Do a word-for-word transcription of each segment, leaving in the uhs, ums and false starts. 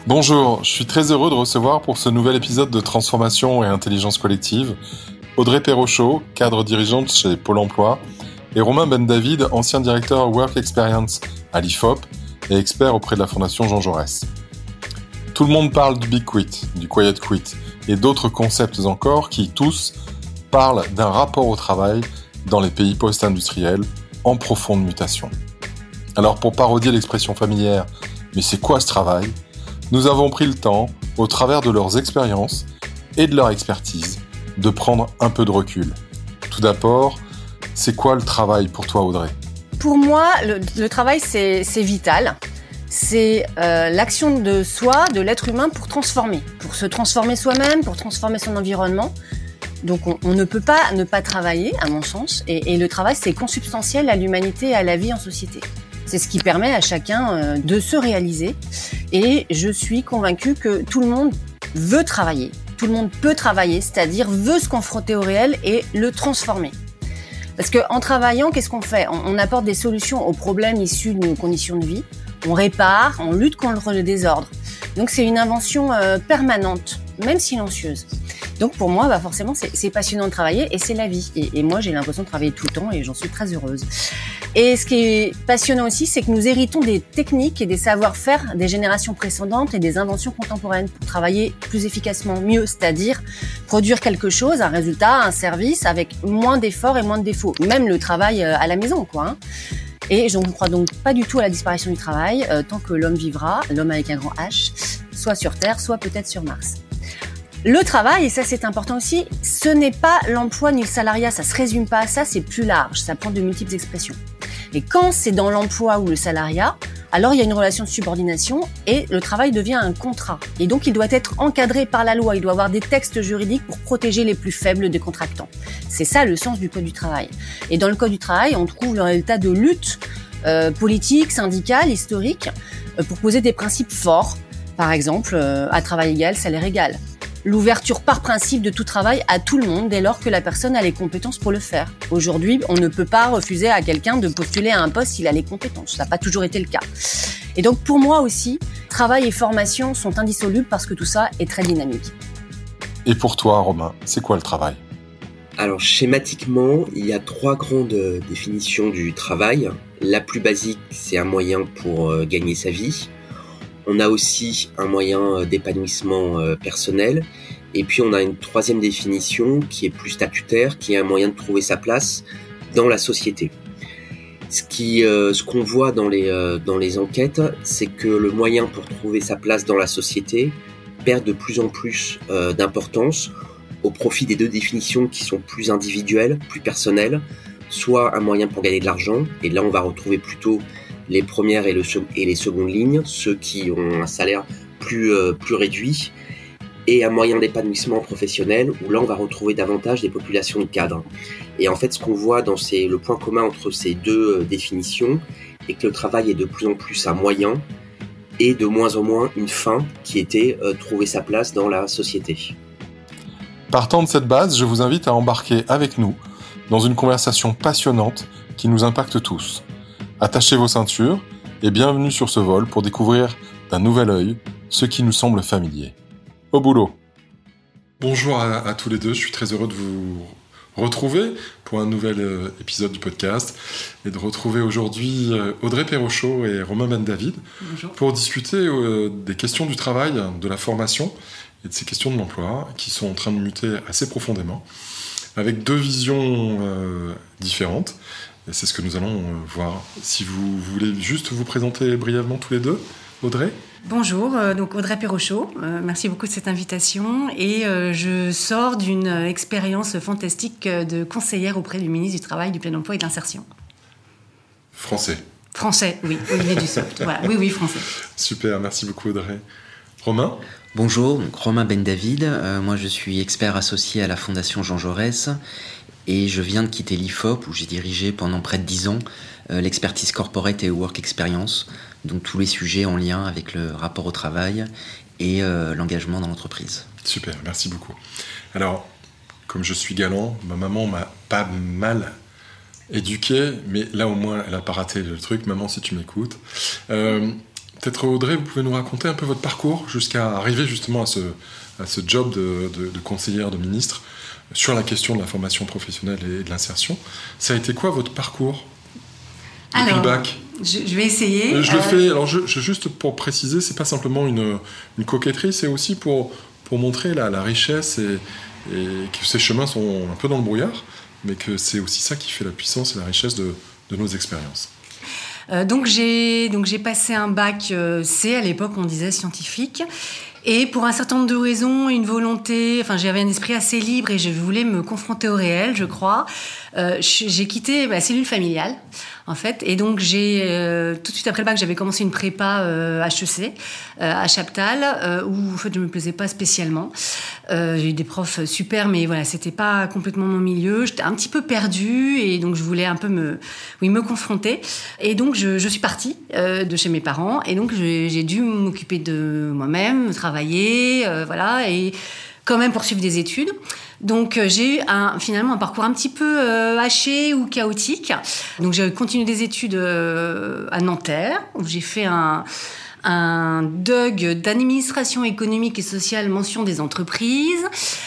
Bonjour, je suis très heureux de recevoir pour ce nouvel épisode de Transformation et Intelligence Collective Audrey Perrochot, cadre dirigeante chez Pôle emploi, et Romain Ben-David, ancien directeur Work Experience à l'I F O P et expert auprès de la Fondation Jean Jaurès. Tout le monde parle du Big Quit, du Quiet Quit et d'autres concepts encore qui, tous, parlent d'un rapport au travail dans les pays post-industriels en profonde mutation. Alors pour parodier l'expression familière « mais c'est quoi ce travail ?», nous avons pris le temps, au travers de leurs expériences et de leur expertise, de prendre un peu de recul. Tout d'abord, c'est quoi le travail pour toi, Audrey ? Pour moi, le, le travail, c'est, c'est vital. C'est euh, l'action de soi, de l'être humain pour transformer, pour se transformer soi-même, pour transformer son environnement. Donc on, on ne peut pas ne pas travailler, à mon sens, et, et le travail, c'est consubstantiel à l'humanité et à la vie en société. C'est ce qui permet à chacun euh, de se réaliser. Et je suis convaincue que tout le monde veut travailler. Tout le monde peut travailler, c'est-à-dire veut se confronter au réel et le transformer. Parce qu'en travaillant, qu'est-ce qu'on fait ? on, on apporte des solutions aux problèmes issus de nos conditions de vie. On répare, on lutte contre le désordre. Donc c'est une invention euh, permanente, même silencieuse. Donc pour moi, bah forcément, c'est, c'est passionnant de travailler et c'est la vie. Et, et moi, j'ai l'impression de travailler tout le temps et j'en suis très heureuse. Et ce qui est passionnant aussi, c'est que nous héritons des techniques et des savoir-faire des générations précédentes et des inventions contemporaines pour travailler plus efficacement, mieux, c'est-à-dire produire quelque chose, un résultat, un service avec moins d'efforts et moins de défauts. Même le travail à la maison, quoi. Hein. Et je ne crois donc pas du tout à la disparition du travail, euh, tant que l'homme vivra, l'homme avec un grand H, soit sur Terre, soit peut-être sur Mars. Le travail, et ça c'est important aussi, ce n'est pas l'emploi ni le salariat, ça se résume pas à ça, c'est plus large, ça prend de multiples expressions. Et quand c'est dans l'emploi ou le salariat, alors il y a une relation de subordination et le travail devient un contrat. Et donc il doit être encadré par la loi, il doit avoir des textes juridiques pour protéger les plus faibles des contractants. C'est ça le sens du Code du travail. Et dans le Code du travail, on trouve le résultat de luttes euh, politiques, syndicales, historiques, euh, pour poser des principes forts. Par exemple, euh, à travail égal, salaire égal. L'ouverture par principe de tout travail à tout le monde dès lors que la personne a les compétences pour le faire. Aujourd'hui, on ne peut pas refuser à quelqu'un de postuler à un poste s'il a les compétences. Ça n'a pas toujours été le cas. Et donc pour moi aussi, travail et formation sont indissolubles parce que tout ça est très dynamique. Et pour toi, Romain, c'est quoi le travail ? Alors schématiquement, il y a trois grandes définitions du travail. La plus basique, c'est un moyen pour euh, gagner sa vie. On a aussi un moyen d'épanouissement personnel. Et puis, on a une troisième définition qui est plus statutaire, qui est un moyen de trouver sa place dans la société. Ce, qui, euh, ce qu'on voit dans les, euh, dans les enquêtes, c'est que le moyen pour trouver sa place dans la société perd de plus en plus euh, d'importance au profit des deux définitions qui sont plus individuelles, plus personnelles, soit un moyen pour gagner de l'argent, et là, on va retrouver plutôt les premières et, le, et les secondes lignes, ceux qui ont un salaire plus, euh, plus réduit, et un moyen d'épanouissement professionnel, où là on va retrouver davantage des populations de cadres. Et en fait, ce qu'on voit dans ces, le point commun entre ces deux euh, définitions, est que le travail est de plus en plus un moyen, et de moins en moins une fin, qui était euh, trouver sa place dans la société. Partant de cette base, je vous invite à embarquer avec nous dans une conversation passionnante qui nous impacte tous. Attachez vos ceintures et bienvenue sur ce vol pour découvrir d'un nouvel œil ce qui nous semble familier. Au boulot. Bonjour à, à tous les deux, je suis très heureux de vous retrouver pour un nouvel euh, épisode du podcast et de retrouver aujourd'hui euh, Audrey Perrochot et Romain Ben-David. Bonjour. Pour discuter euh, des questions du travail, de la formation et de ces questions de l'emploi qui sont en train de muter assez profondément avec deux visions euh, différentes. Et c'est ce que nous allons euh, voir. Si vous voulez juste vous présenter brièvement tous les deux, Audrey ? Bonjour, euh, donc Audrey Perrochot. Euh, merci beaucoup de cette invitation. Et euh, je sors d'une expérience fantastique de conseillère auprès du ministre du Travail, du Plein Emploi et de l'Insertion. Français. Français, oui. Olivier Dussopt. Voilà. Oui, oui, français. Super, merci beaucoup Audrey. Romain ? Bonjour, donc Romain Ben-David. Euh, moi, je suis expert associé à la Fondation Jean Jaurès. Et je viens de quitter l'I F O P où j'ai dirigé pendant près de dix ans euh, l'expertise corporate et work experience, donc tous les sujets en lien avec le rapport au travail et euh, l'engagement dans l'entreprise. Super, merci beaucoup. Alors, comme je suis galant, ma maman m'a pas mal éduqué, mais là au moins elle a pas raté le truc. Maman, si tu m'écoutes. Euh, Peut-être Audrey, vous pouvez nous raconter un peu votre parcours jusqu'à arriver justement à ce, à ce job de, de, de conseillère de ministre sur la question de la formation professionnelle et de l'insertion. Ça a été quoi votre parcours depuis alors, le bac? je, je vais essayer. Je le euh... fais, alors je, je, juste pour préciser, c'est pas simplement une, une coquetterie, c'est aussi pour, pour montrer la, la richesse et, et que ces chemins sont un peu dans le brouillard, mais que c'est aussi ça qui fait la puissance et la richesse de, de nos expériences. Euh, donc, j'ai, donc j'ai passé un bac euh, C, à l'époque on disait scientifique. Et pour un certain nombre de raisons, une volonté, enfin j'avais un esprit assez libre et je voulais me confronter au réel, je crois. Euh, j'ai quitté la cellule familiale, en fait, et donc j'ai euh, tout de suite après le bac, j'avais commencé une prépa euh, H E C euh, à Chaptal, euh, où en fait je me plaisais pas spécialement. Euh, j'ai eu des profs super, mais voilà, c'était pas complètement mon milieu. J'étais un petit peu perdue et donc je voulais un peu me, oui, me confronter. Et donc je, je suis partie euh, de chez mes parents et donc j'ai, j'ai dû m'occuper de moi-même, travailler, euh, voilà, et quand même poursuivre des études. Donc euh, j'ai eu un, finalement un parcours un petit peu euh, haché ou chaotique. Donc j'ai continué des études euh, à Nanterre, où j'ai fait un, un D U G d'administration économique et sociale, mention des entreprises.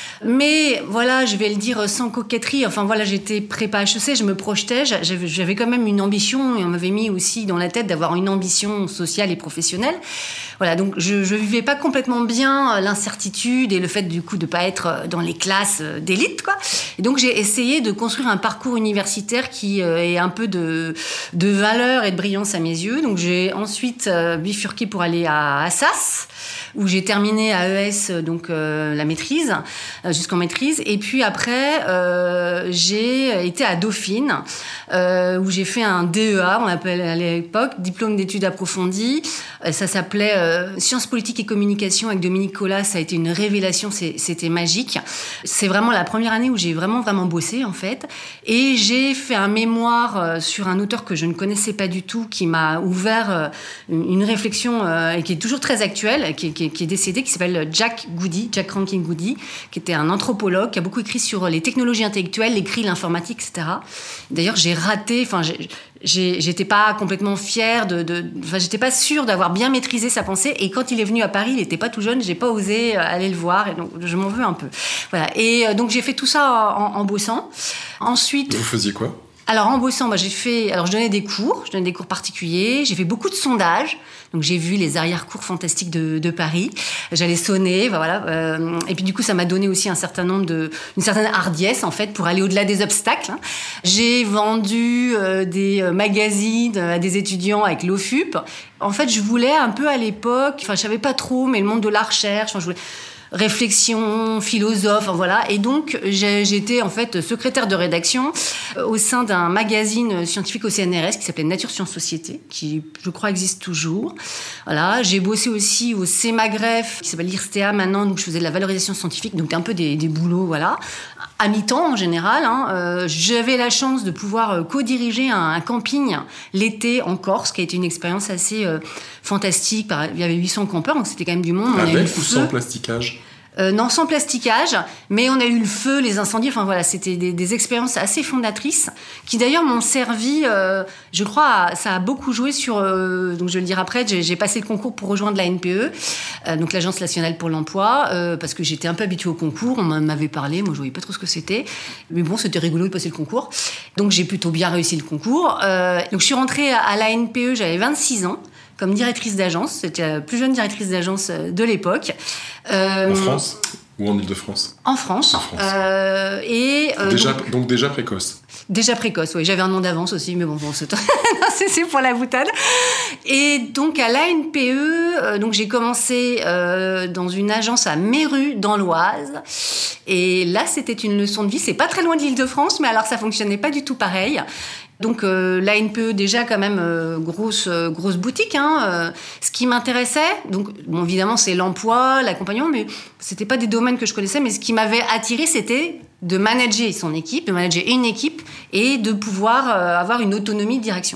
Mais voilà, je vais le dire sans coquetterie, enfin voilà, j'étais prépa H E C, je me projetais, j'avais, j'avais quand même une ambition, et on m'avait mis aussi dans la tête d'avoir une ambition sociale et professionnelle. Voilà, donc je, je vivais pas complètement bien l'incertitude et le fait du coup de pas être dans les classes d'élite, quoi. Et donc j'ai essayé de construire un parcours universitaire qui ait un peu de, de valeur et de brillance à mes yeux. Donc j'ai ensuite bifurqué pour aller à Assas, où j'ai terminé à E S, donc euh, la maîtrise, euh, jusqu'en maîtrise. Et puis après, euh, j'ai été à Dauphine, euh, où j'ai fait un D E A, on l'appelait à l'époque, diplôme d'études approfondies. Euh, ça s'appelait euh, Sciences politiques et communication avec Dominique Collas. Ça a été une révélation, c'est, c'était magique. C'est vraiment la première année où j'ai vraiment, vraiment bossé, en fait. Et j'ai fait un mémoire euh, sur un auteur que je ne connaissais pas du tout, qui m'a ouvert euh, une, une réflexion euh, et qui est toujours très actuelle, qui, qui, qui est décédé, qui s'appelle Jack Goody, Jack Rankin Goody, qui était un anthropologue, qui a beaucoup écrit sur les technologies intellectuelles, l'écrit, l'informatique, et cetera. D'ailleurs, j'ai raté, enfin, j'ai, j'ai, j'étais pas complètement fière de, de, enfin, j'étais pas sûre d'avoir bien maîtrisé sa pensée. Et quand il est venu à Paris, il était pas tout jeune, j'ai pas osé aller le voir, et donc je m'en veux un peu. Voilà. Et euh, donc j'ai fait tout ça en, en bossant. Ensuite. Vous faisiez quoi ? Alors en bossant, bah, j'ai fait, alors je donnais des cours, je donnais des cours particuliers, j'ai fait beaucoup de sondages, donc j'ai vu les arrière-cours fantastiques de, de Paris, j'allais sonner, bah, voilà, euh, et puis du coup ça m'a donné aussi un certain nombre de, une certaine hardiesse en fait pour aller au-delà des obstacles. J'ai vendu euh, des magazines à des étudiants avec l'O F U P. En fait, je voulais un peu à l'époque, enfin je savais pas trop, mais le monde de la recherche, enfin, je voulais réflexion, philosophe, voilà. Et donc, j'ai, j'étais en fait secrétaire de rédaction euh, au sein d'un magazine scientifique au C N R S qui s'appelait Nature Sciences Société, qui, je crois, existe toujours. Voilà. J'ai bossé aussi au CEMAGREF, qui s'appelle l'I R S T A maintenant, donc je faisais de la valorisation scientifique, donc un peu des, des boulots, voilà. À mi-temps, en général, hein. Euh, j'avais la chance de pouvoir co-diriger un, un camping l'été en Corse, qui a été une expérience assez euh, fantastique. Il y avait huit cents campeurs, donc c'était quand même du monde. Avec ou sans plasticage ? Euh, non, sans plasticage, mais on a eu le feu, les incendies, enfin voilà, c'était des, des expériences assez fondatrices, qui d'ailleurs m'ont servi, euh, je crois, à, ça a beaucoup joué sur, euh, donc je vais le dire après, j'ai, j'ai passé le concours pour rejoindre l'A N P E, euh, donc l'Agence nationale pour l'emploi, euh, parce que j'étais un peu habituée au concours, on m'avait parlé, moi je voyais pas trop ce que c'était, mais bon, c'était rigolo de passer le concours, donc j'ai plutôt bien réussi le concours. Euh, donc je suis rentrée à, à l'A N P E, j'avais vingt-six ans, comme directrice d'agence, c'était la plus jeune directrice d'agence de l'époque. Euh, en France ou en Ile-de-France ? En France. En France. Euh, et, euh, déjà, donc, donc déjà précoce. Déjà précoce, oui. J'avais un an d'avance aussi, mais bon, bon c'est, c'est, c'est pour la boutade. Et donc, à l'A N P E, euh, donc, j'ai commencé euh, dans une agence à Méru, dans l'Oise. Et là, c'était une leçon de vie. C'est pas très loin de l'Île-de-France, mais alors ça fonctionnait pas du tout pareil. Donc euh, l'A N P E déjà quand même euh, grosse euh, grosse boutique. Hein, euh, ce qui m'intéressait, donc bon évidemment c'est l'emploi, l'accompagnement, mais c'était pas des domaines que je connaissais. Mais ce qui m'avait attiré, c'était de manager son équipe, de manager une équipe et de pouvoir euh, avoir une autonomie de direction.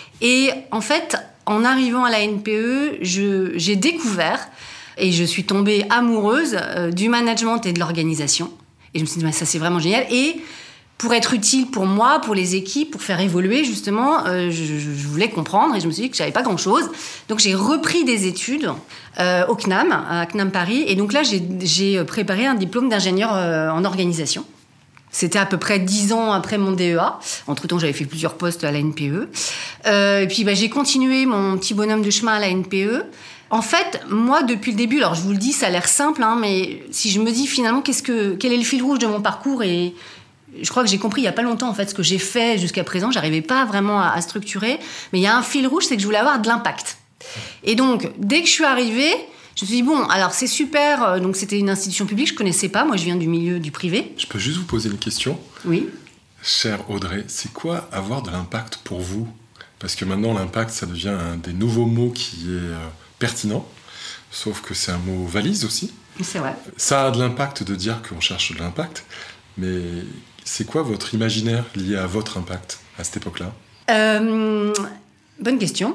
Et en fait, en arrivant à l'A N P E, je, j'ai découvert et je suis tombée amoureuse euh, du management et de l'organisation. Et je me suis dit, bah, ça c'est vraiment génial. Et pour être utile pour moi, pour les équipes, pour faire évoluer justement, euh, je, je voulais comprendre et je me suis dit que j'avais pas grand-chose. Donc j'ai repris des études euh, au C N A M, à C N A M Paris, et donc là j'ai, j'ai préparé un diplôme d'ingénieur euh, en organisation. C'était à peu près dix ans après mon D E A. Entre-temps, j'avais fait plusieurs postes à la N P E. Euh, et puis bah, j'ai continué mon petit bonhomme de chemin à la N P E. En fait, moi, depuis le début, alors je vous le dis, ça a l'air simple, hein, mais si je me dis finalement qu'est-ce que, quel est le fil rouge de mon parcours, et je crois que j'ai compris il n'y a pas longtemps en fait ce que j'ai fait jusqu'à présent, j'arrivais pas vraiment à, à structurer, mais il y a un fil rouge, c'est que je voulais avoir de l'impact. Et donc, dès que je suis arrivée, je me suis dit, bon, alors c'est super, donc c'était une institution publique, je connaissais pas, moi je viens du milieu du privé. Je peux juste vous poser une question ? Oui. Chère Audrey, c'est quoi avoir de l'impact pour vous ? Parce que maintenant, l'impact, ça devient un des nouveaux mots qui est euh, pertinent, sauf que c'est un mot valise aussi. C'est vrai. Ça a de l'impact de dire qu'on cherche de l'impact, mais c'est quoi votre imaginaire lié à votre impact à cette époque-là ? euh, Bonne question.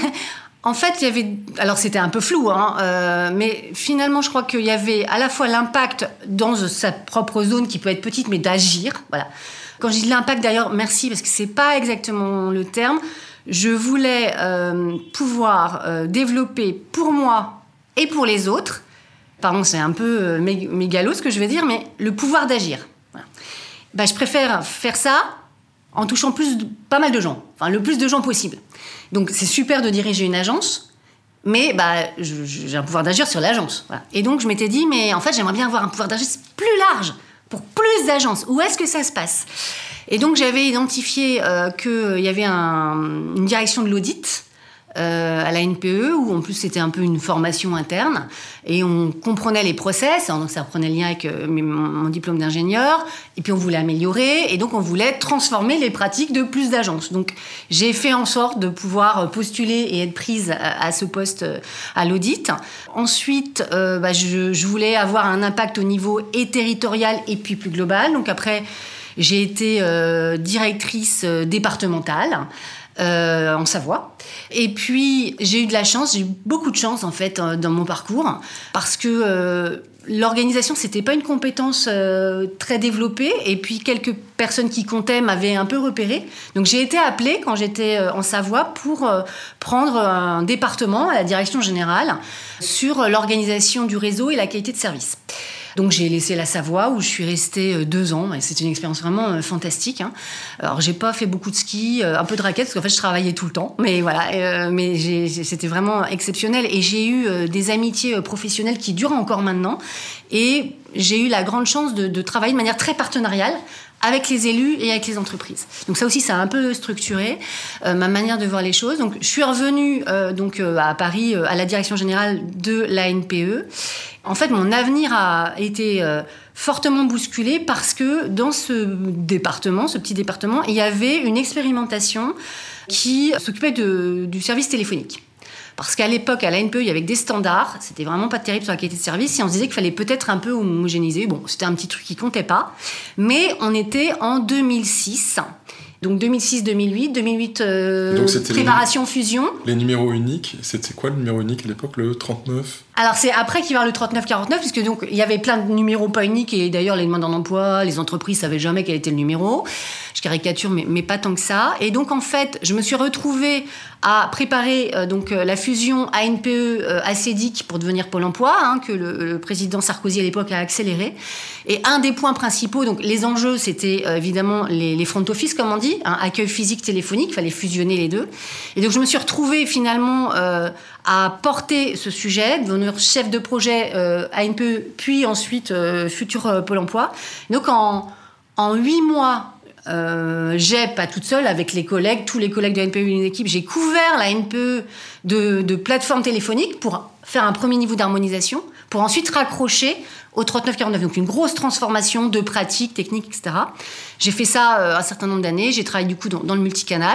En fait, il y avait... Alors, c'était un peu flou, hein, euh, mais finalement, je crois qu'il y avait à la fois l'impact dans sa propre zone, qui peut être petite, mais d'agir, voilà. Quand je dis l'impact, d'ailleurs, merci, parce que c'est pas exactement le terme. Je voulais euh, pouvoir euh, développer pour moi et pour les autres, pardon, c'est un peu euh, mé- mégalo ce que je vais dire, mais le pouvoir d'agir. Voilà. Bah, je préfère faire ça en touchant plus de, pas mal de gens, enfin le plus de gens possible. Donc c'est super de diriger une agence, mais bah, je, je, j'ai un pouvoir d'agir sur l'agence. Voilà. Et donc je m'étais dit, mais en fait j'aimerais bien avoir un pouvoir d'agir plus large, pour plus d'agences. Où est-ce que ça se passe ? Et donc j'avais identifié euh, qu'il y avait un, une direction de l'audit euh, à la N P E, où en plus c'était un peu une formation interne, et on comprenait les process, donc ça prenait le lien avec euh, mon, mon diplôme d'ingénieur, et puis on voulait améliorer, et donc on voulait transformer les pratiques de plus d'agences. Donc j'ai fait en sorte de pouvoir postuler et être prise à, à ce poste à l'audit. Ensuite, euh, bah, je, je voulais avoir un impact au niveau et territorial et puis plus global. Donc après, j'ai été euh, directrice euh, départementale euh, en Savoie. Et puis, j'ai eu de la chance, j'ai eu beaucoup de chance en fait euh, dans mon parcours, parce que euh, l'organisation, c'était pas une compétence euh, très développée, et puis quelques personnes qui comptaient m'avaient un peu repérée. Donc j'ai été appelée quand j'étais euh, en Savoie pour euh, prendre un département à la direction générale sur l'organisation du réseau et la qualité de service. Donc j'ai laissé la Savoie où je suis restée deux ans, et c'était une expérience vraiment fantastique. Hein. Alors j'ai pas fait beaucoup de ski, un peu de raquettes parce qu'en fait je travaillais tout le temps, mais voilà, euh, mais j'ai, c'était vraiment exceptionnel, et j'ai eu euh, des amitiés professionnelles qui durent encore maintenant, et j'ai eu la grande chance de, de travailler de manière très partenariale avec les élus et avec les entreprises. Donc ça aussi, ça a un peu structuré euh, ma manière de voir les choses. Donc je suis revenue euh, donc euh, à Paris euh, à la direction générale de la N P E. En fait, mon avenir a été euh, fortement bousculé parce que dans ce département, ce petit département, il y avait une expérimentation qui s'occupait de, du service téléphonique. Parce qu'à l'époque, à la N P E, il y avait des standards, c'était vraiment pas terrible sur la qualité de service, et on se disait qu'il fallait peut-être un peu homogénéiser. Bon, c'était un petit truc qui comptait pas, mais on était en deux mille six. Donc deux mille six deux mille huit, deux mille huit euh, donc préparation, les, fusion. Les numéros uniques, c'était quoi le numéro unique à l'époque, le trente-neuf ? Alors c'est après qu'il y a eu le trente-neuf quarante-neuf, puisque donc il y avait plein de numéros pas uniques, et d'ailleurs les demandeurs d'emploi, les entreprises savaient jamais quel était le numéro. Je caricature, mais, mais pas tant que ça. Et donc en fait, je me suis retrouvée à préparer euh, donc la fusion A N P E euh, A C E D I C pour devenir Pôle Emploi, hein, que le, le président Sarkozy à l'époque a accéléré. Et un des points principaux, donc les enjeux, c'était euh, évidemment les, les front office, comme on dit, hein, accueil physique, téléphonique, il fallait fusionner les deux. Et donc je me suis retrouvée finalement euh, à porter ce sujet, devenir chef de projet euh, A N P E, puis ensuite euh, futur euh, Pôle Emploi. Donc en en huit mois. Euh, j'ai, pas toute seule, avec les collègues, tous les collègues de la N P E, une équipe, j'ai couvert la N P E de, de plateformes téléphoniques pour faire un premier niveau d'harmonisation, pour ensuite raccrocher au trente-neuf quarante-neuf. Donc une grosse transformation de pratiques, techniques, et cetera. J'ai fait ça euh, un certain nombre d'années. J'ai travaillé du coup dans, dans le multicanal.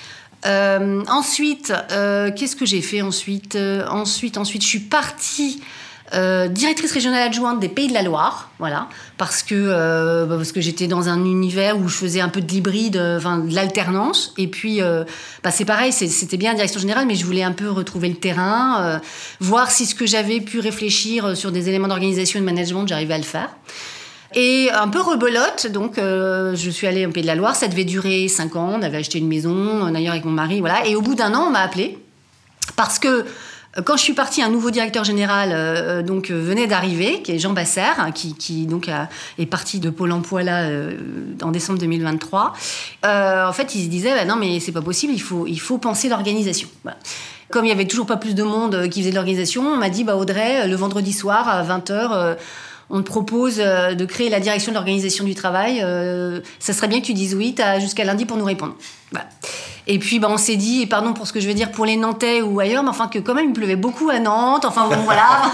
Euh, ensuite, euh, qu'est-ce que j'ai fait ensuite euh, Ensuite, ensuite, je suis partie Euh, directrice régionale adjointe des Pays de la Loire, voilà, parce que euh, bah parce que j'étais dans un univers où je faisais un peu de l'hybride, enfin de l'alternance, et puis euh, bah c'est pareil, c'est, c'était bien la direction générale, mais je voulais un peu retrouver le terrain, euh, voir si ce que j'avais pu réfléchir sur des éléments d'organisation et de management, j'arrivais à le faire. Et un peu rebelote, donc euh, je suis allée au Pays de la Loire, ça devait durer cinq ans, on avait acheté une maison, d'ailleurs avec mon mari, voilà. Et au bout d'un an, on m'a appelée, parce que quand je suis partie, un nouveau directeur général euh, donc, euh, venait d'arriver, qui est Jean Basser, qui, qui donc, a, est parti de Pôle emploi là, euh, en décembre deux mille vingt-trois. Euh, en fait, il se disait, bah, non mais c'est pas possible, il faut, il faut penser l'organisation. Voilà. Comme il y avait toujours pas plus de monde qui faisait de l'organisation, on m'a dit, bah, Audrey, le vendredi soir à vingt heures, euh, on te propose euh, de créer la direction de l'organisation du travail. Euh, ça serait bien que tu dises oui, t'as jusqu'à lundi pour nous répondre. Voilà. Et puis, bah, on s'est dit, et pardon pour ce que je veux dire pour les Nantais ou ailleurs, mais enfin que quand même il pleuvait beaucoup à Nantes. Enfin bon, voilà.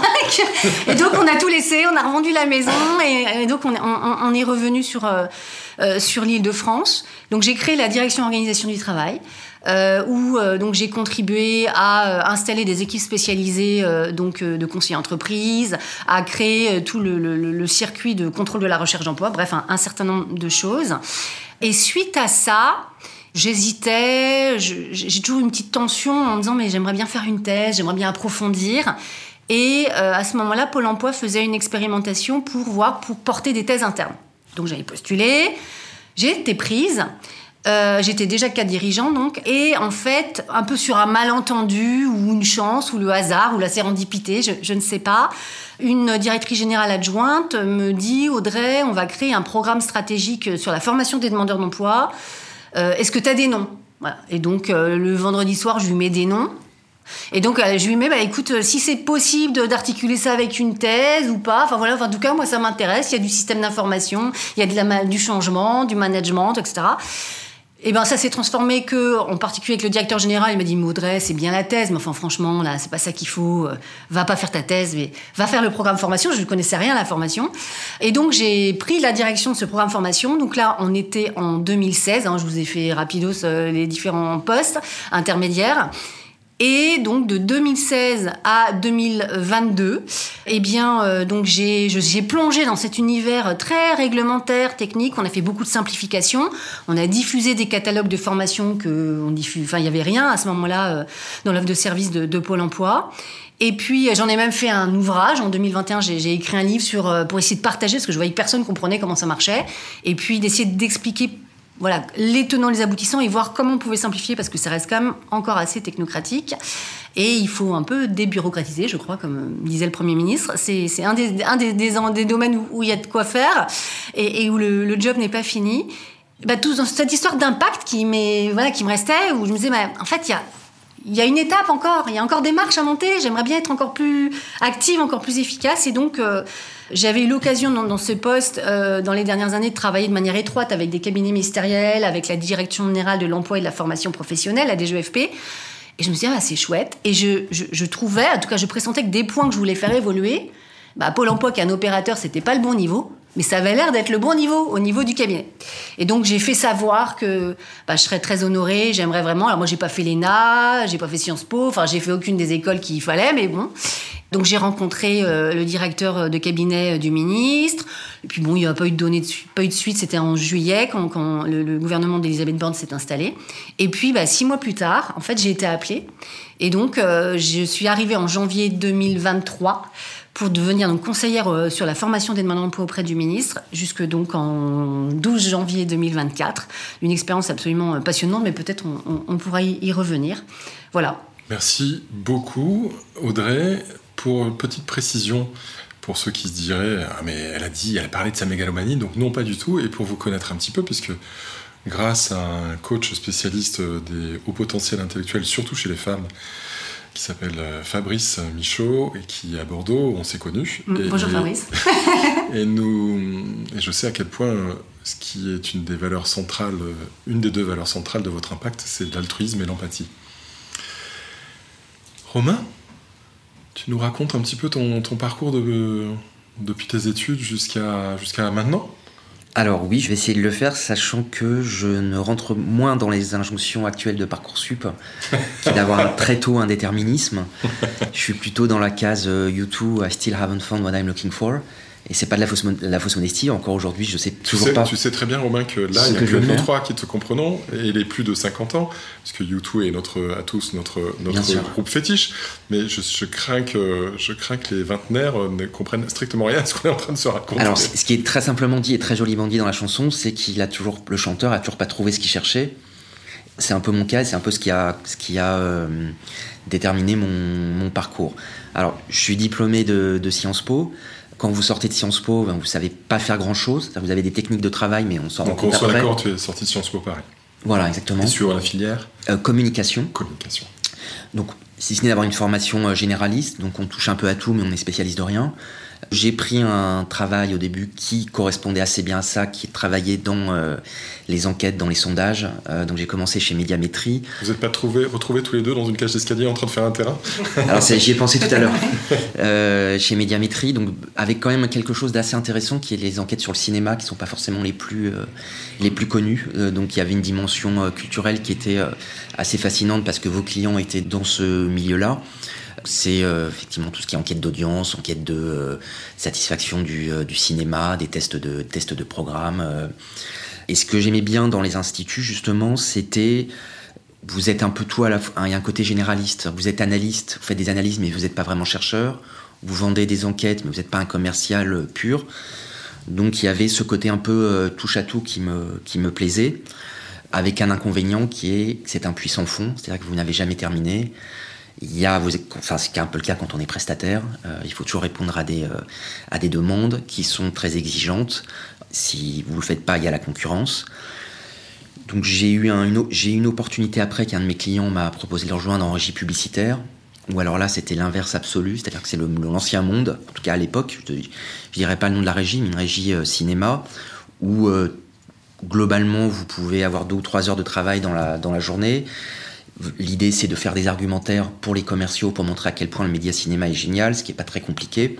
Et donc on a tout laissé, on a revendu la maison et, et donc on, on, on est revenu sur euh, euh, sur l'Île-de-France. Donc j'ai créé la direction organisation du travail. Euh, où euh, donc j'ai contribué à euh, installer des équipes spécialisées euh, donc euh, de conseillers entreprises, à créer euh, tout le, le, le circuit de contrôle de la recherche d'emploi, bref un, un certain nombre de choses. Et suite à ça, j'hésitais, je, j'ai toujours une petite tension en me disant mais j'aimerais bien faire une thèse, j'aimerais bien approfondir. Et euh, à ce moment-là, Pôle emploi faisait une expérimentation pour voir, pour porter des thèses internes. Donc j'avais postulé, j'ai été prise. Euh, j'étais déjà cadre dirigeant, donc, et en fait, un peu sur un malentendu ou une chance ou le hasard ou la sérendipité, je, je ne sais pas, une directrice générale adjointe me dit « Audrey, on va créer un programme stratégique sur la formation des demandeurs d'emploi. Euh, est-ce que tu as des noms ?» Voilà. Et donc, euh, le vendredi soir, je lui mets des noms. Et donc, euh, je lui mets, bah, écoute, si c'est possible de, d'articuler ça avec une thèse ou pas, enfin voilà, enfin, en tout cas, moi, ça m'intéresse. Il y a du système d'information, il y a de la, du changement, du management, et cetera. Et ben ça s'est transformé que, en particulier avec le directeur général, il m'a dit « Audrey, c'est bien la thèse, mais enfin franchement, là, c'est pas ça qu'il faut. Va pas faire ta thèse, mais va faire le programme formation. » Je ne connaissais rien à la formation. Et donc, j'ai pris la direction de ce programme formation. Donc là, on était en deux mille seize. Hein, je vous ai fait rapidos euh, les différents postes intermédiaires. Et donc de deux mille seize à deux mille vingt-deux, eh bien, euh, donc j'ai, je, j'ai plongé dans cet univers très réglementaire, technique. On a fait beaucoup de simplification. On a diffusé des catalogues de formation que on diffuse. Enfin, il y avait rien à ce moment-là euh, dans l'offre de service de, de Pôle emploi. Et puis, j'en ai même fait un ouvrage. En deux mille vingt et un, j'ai, j'ai écrit un livre sur, pour essayer de partager, parce que je voyais que personne comprenait comment ça marchait. Et puis, d'essayer d'expliquer voilà, les tenants, les aboutissants et voir comment on pouvait simplifier parce que ça reste quand même encore assez technocratique. Et il faut un peu débureaucratiser, je crois, comme disait le Premier ministre. C'est, c'est un, des, un des, des, des domaines où, où il y a de quoi faire et, et où le, le job n'est pas fini. Bah, tout dans cette histoire d'impact qui, m'est, voilà, qui me restait, où je me disais, bah, en fait, il y a, il y a une étape encore, il y a encore des marches à monter. J'aimerais bien être encore plus active, encore plus efficace. Et donc, euh, j'avais eu l'occasion dans, dans ce poste, euh, dans les dernières années, de travailler de manière étroite avec des cabinets ministériels, avec la Direction générale de l'emploi et de la formation professionnelle, la D G E F P. Et je me suis dit, ah, c'est chouette. Et je, je, je trouvais, en tout cas, je pressentais que des points que je voulais faire évoluer, bah, Pôle emploi, qui est un opérateur, c'était pas le bon niveau. Mais ça avait l'air d'être le bon niveau, au niveau du cabinet. Et donc, j'ai fait savoir que bah, je serais très honorée, j'aimerais vraiment... Alors moi, j'ai pas fait l'E N A, j'ai pas fait Sciences Po, enfin, j'ai fait aucune des écoles qu'il fallait, mais bon. Donc, j'ai rencontré euh, le directeur de cabinet du ministre. Et puis, bon, il n'y a pas eu de données, de su- pas eu de suite. C'était en juillet, quand, quand le, le gouvernement d'Elisabeth Borne s'est installé. Et puis, bah, six mois plus tard, en fait, j'ai été appelée. Et donc, euh, je suis arrivée en janvier deux mille vingt-trois pour devenir donc conseillère euh, sur la formation des demandeurs d'emploi auprès du ministre, jusque donc en douze janvier deux mille vingt-quatre. Une expérience absolument passionnante, mais peut-être on, on, on pourra y, y revenir. Voilà. Merci beaucoup, Audrey. Pour une petite précision, pour ceux qui se diraient « Ah, mais elle a dit, elle a parlé de sa mégalomanie », donc non, pas du tout. Et pour vous connaître un petit peu, puisque grâce à un coach spécialiste des hauts potentiels intellectuels, surtout chez les femmes, qui s'appelle Fabrice Michaud et qui est à Bordeaux, on s'est connus. Mmh, et, bonjour et, Fabrice. et, nous, et je sais à quel point ce qui est une des valeurs centrales, une des deux valeurs centrales de votre impact, c'est l'altruisme et l'empathie. Romain, tu nous racontes un petit peu ton, ton parcours de, depuis tes études jusqu'à, jusqu'à maintenant ? Alors oui, je vais essayer de le faire, sachant que je ne rentre moins dans les injonctions actuelles de Parcoursup, qui est d'avoir un très tôt un déterminisme. Je suis plutôt dans la case euh, You too, I still haven't found what I'm looking for. Et c'est pas de la fausse, la fausse modestie. Encore aujourd'hui, je sais toujours tu sais, pas. Tu sais très bien, Romain, que là, il n'y a que nous trois qui te comprenons, et les plus de cinquante ans, parce que U deux est notre, à tous notre, notre groupe fétiche. Mais je, je, crains que, je crains que les vingtenaires ne comprennent strictement rien à ce qu'on est en train de se raconter. Alors, ce qui est très simplement dit et très joliment dit dans la chanson, c'est qu'il a toujours, le chanteur a toujours pas trouvé ce qu'il cherchait. C'est un peu mon cas, c'est un peu ce qui a, ce qui a euh, déterminé mon, mon parcours. Alors, je suis diplômé de, de Sciences Po. Quand vous sortez de Sciences Po, ben, vous ne savez pas faire grand-chose. Vous avez des techniques de travail, mais on s'en rend compte après. Donc, on soit d'accord, tu es sorti de Sciences Po, pareil. Voilà, exactement. Et sur la filière euh, Communication. Communication. Donc, si ce n'est d'avoir une formation euh, généraliste, donc on touche un peu à tout, mais on est spécialiste de rien. J'ai pris un travail au début qui correspondait assez bien à ça, qui travaillait dans euh, les enquêtes, dans les sondages. Euh, donc j'ai commencé chez Médiamétrie. Vous n'êtes pas trouvé, retrouvés tous les deux dans une cage d'escalier en train de faire un terrain ? Alors c'est, j'y ai pensé tout à l'heure. Euh, chez Médiamétrie, donc avec quand même quelque chose d'assez intéressant qui est les enquêtes sur le cinéma, qui ne sont pas forcément les plus, euh, les plus connues. Euh, donc il y avait une dimension euh, culturelle qui était euh, assez fascinante parce que vos clients étaient dans ce milieu-là. C'est euh, effectivement tout ce qui est enquête d'audience, enquête de euh, satisfaction du, euh, du cinéma, des tests de, tests de programme. Euh. Et ce que j'aimais bien dans les instituts, justement, c'était... Vous êtes un peu tout à la fois... Il y a un côté généraliste. Vous êtes analyste, vous faites des analyses, mais vous n'êtes pas vraiment chercheur. Vous vendez des enquêtes, mais vous n'êtes pas un commercial euh, pur. Donc il y avait ce côté un peu euh, touche-à-tout qui me, qui me plaisait, avec un inconvénient qui est que c'est un puits sans fond, c'est-à-dire que vous n'avez jamais terminé. Il y a, vous, enfin, c'est un peu le cas quand on est prestataire. Euh, il faut toujours répondre à des, euh, à des demandes qui sont très exigeantes. Si vous ne le faites pas, il y a la concurrence. Donc j'ai eu un, une, j'ai eu une opportunité après qu'un de mes clients m'a proposé de le rejoindre en régie publicitaire. Ou alors là, c'était l'inverse absolu, c'est-à-dire que c'est le, l'ancien monde, en tout cas à l'époque. Je ne dirais pas le nom de la régie, mais une régie euh, cinéma, où euh, globalement, vous pouvez avoir deux ou trois heures de travail dans la, dans la journée. L'idée, c'est de faire des argumentaires pour les commerciaux pour montrer à quel point le média cinéma est génial, ce qui n'est pas très compliqué.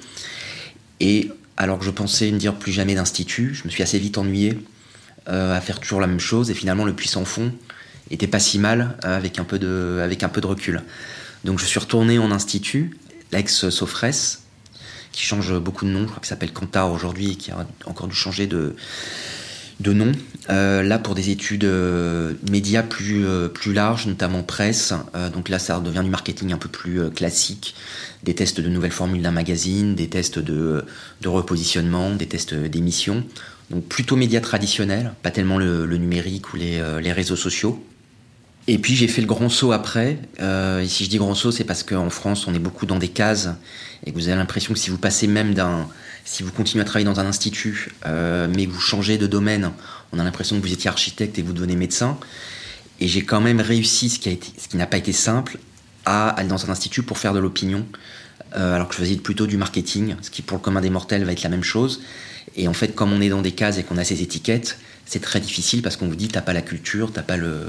Et alors que je pensais ne dire plus jamais d'institut, je me suis assez vite ennuyé euh, à faire toujours la même chose. Et finalement, le puits sans fond était pas si mal euh, avec, un peu de, avec un peu de recul. Donc je suis retourné en institut, l'ex-Sofres, qui change beaucoup de nom, je crois qu'il s'appelle Kantar aujourd'hui et qui a encore dû changer de... de nom, euh, là pour des études euh, médias plus, euh, plus larges, notamment presse, euh, donc là ça devient du marketing un peu plus euh, classique, des tests de nouvelles formules d'un magazine, des tests de, de repositionnement, des tests d'émission, donc plutôt médias traditionnels, pas tellement le, le numérique ou les, euh, les réseaux sociaux. Et puis j'ai fait le grand saut après, euh, et si je dis grand saut c'est parce qu'en France on est beaucoup dans des cases, et que vous avez l'impression que si vous passez même d'un... Si vous continuez à travailler dans un institut, euh, mais vous changez de domaine, on a l'impression que vous étiez architecte et vous devenez médecin. Et j'ai quand même réussi, ce qui, a été, ce qui n'a pas été simple, à aller dans un institut pour faire de l'opinion, euh, alors que je faisais plutôt du marketing, ce qui pour le commun des mortels va être la même chose. Et en fait, comme on est dans des cases et qu'on a ces étiquettes, c'est très difficile parce qu'on vous dit t'as pas la culture, t'as pas le,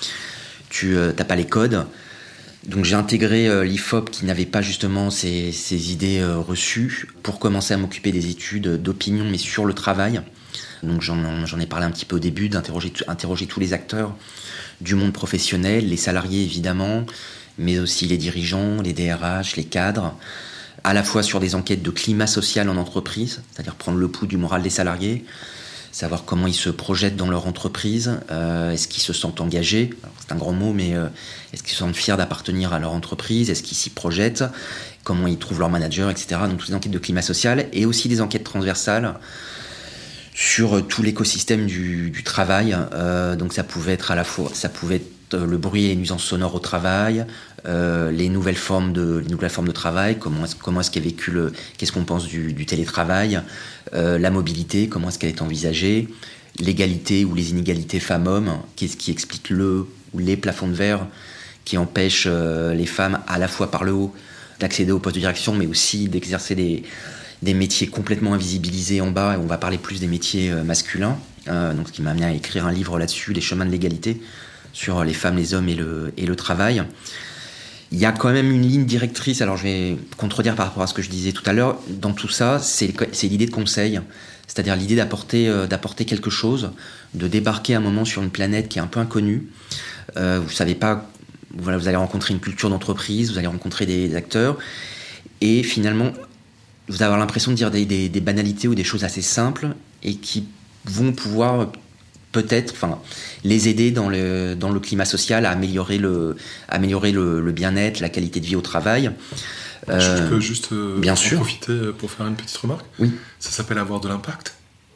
tu euh, t'as pas les codes. Donc j'ai intégré euh, l'I F O P qui n'avait pas justement ces, ces idées euh, reçues pour commencer à m'occuper des études d'opinion mais sur le travail. Donc j'en, j'en ai parlé un petit peu au début, d'interroger interroger tous les acteurs du monde professionnel, les salariés évidemment, mais aussi les dirigeants, les D R H, les cadres, à la fois sur des enquêtes de climat social en entreprise, c'est-à-dire prendre le pouls du moral des salariés, savoir comment ils se projettent dans leur entreprise, euh, est-ce qu'ils se sentent engagés, alors, c'est un grand mot, mais euh, est-ce qu'ils se sentent fiers d'appartenir à leur entreprise, est-ce qu'ils s'y projettent, comment ils trouvent leur manager, et cetera. Donc toutes les enquêtes de climat social et aussi des enquêtes transversales sur euh, tout l'écosystème du, du travail. Euh, donc ça pouvait être à la fois, ça pouvait être le bruit et les nuisances sonores au travail, euh, les nouvelles formes de les nouvelles formes de travail, comment est-ce, comment est-ce qu'est vécu le, qu'est-ce qu'on pense du, du télétravail, euh, la mobilité, comment est-ce qu'elle est envisagée, l'égalité ou les inégalités femmes-hommes, qu'est-ce qui explique le ou les plafonds de verre qui empêchent euh, les femmes à la fois par le haut d'accéder au poste de direction, mais aussi d'exercer des des métiers complètement invisibilisés en bas, et on va parler plus des métiers euh, masculins. Euh, donc ce qui m'a amené à écrire un livre là-dessus, Les chemins de l'égalité, sur les femmes, les hommes et le, et le travail. Il y a quand même une ligne directrice, alors je vais contredire par rapport à ce que je disais tout à l'heure, dans tout ça, c'est, c'est l'idée de conseil, c'est-à-dire l'idée d'apporter, euh, d'apporter quelque chose, de débarquer un moment sur une planète qui est un peu inconnue. Euh, vous savez pas, voilà, vous allez rencontrer une culture d'entreprise, vous allez rencontrer des acteurs, et finalement vous avoir l'impression de dire des, des, des banalités ou des choses assez simples et qui vont pouvoir peut-être, enfin, les aider dans le, dans le climat social à améliorer le, améliorer le, le bien-être, la qualité de vie au travail. Euh, je peux juste euh, bien en sûr. profiter pour faire une petite remarque. Oui. Ça s'appelle avoir de l'impact.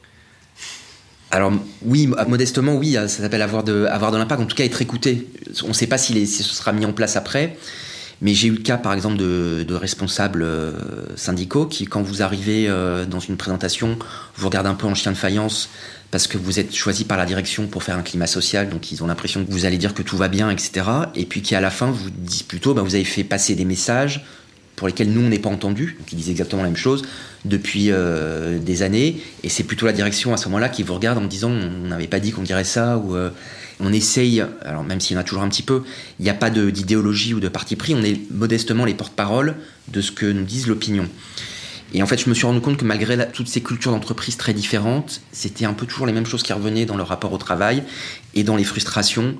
Alors oui, modestement, oui, ça s'appelle avoir de, avoir de l'impact, en tout cas être écouté. On ne sait pas si, les, si ce sera mis en place après, mais j'ai eu le cas par exemple de, de responsables euh, syndicaux qui, quand vous arrivez euh, dans une présentation, vous regardez un peu en chien de faïence parce que vous êtes choisi par la direction pour faire un climat social, donc ils ont l'impression que vous allez dire que tout va bien, et cetera. Et puis qui à la fin vous disent plutôt, bah, vous avez fait passer des messages pour lesquels nous on n'est pas entendus, donc ils disent exactement la même chose depuis euh, des années, et c'est plutôt la direction à ce moment-là qui vous regarde en disant on n'avait pas dit qu'on dirait ça, ou euh, on essaye, alors même s'il y en a toujours un petit peu, il n'y a pas de, d'idéologie ou de parti pris, on est modestement les porte-parole de ce que nous disent l'opinion. Et en fait je me suis rendu compte que malgré la, toutes ces cultures d'entreprise très différentes, c'était un peu toujours les mêmes choses qui revenaient dans le rapport au travail et dans les frustrations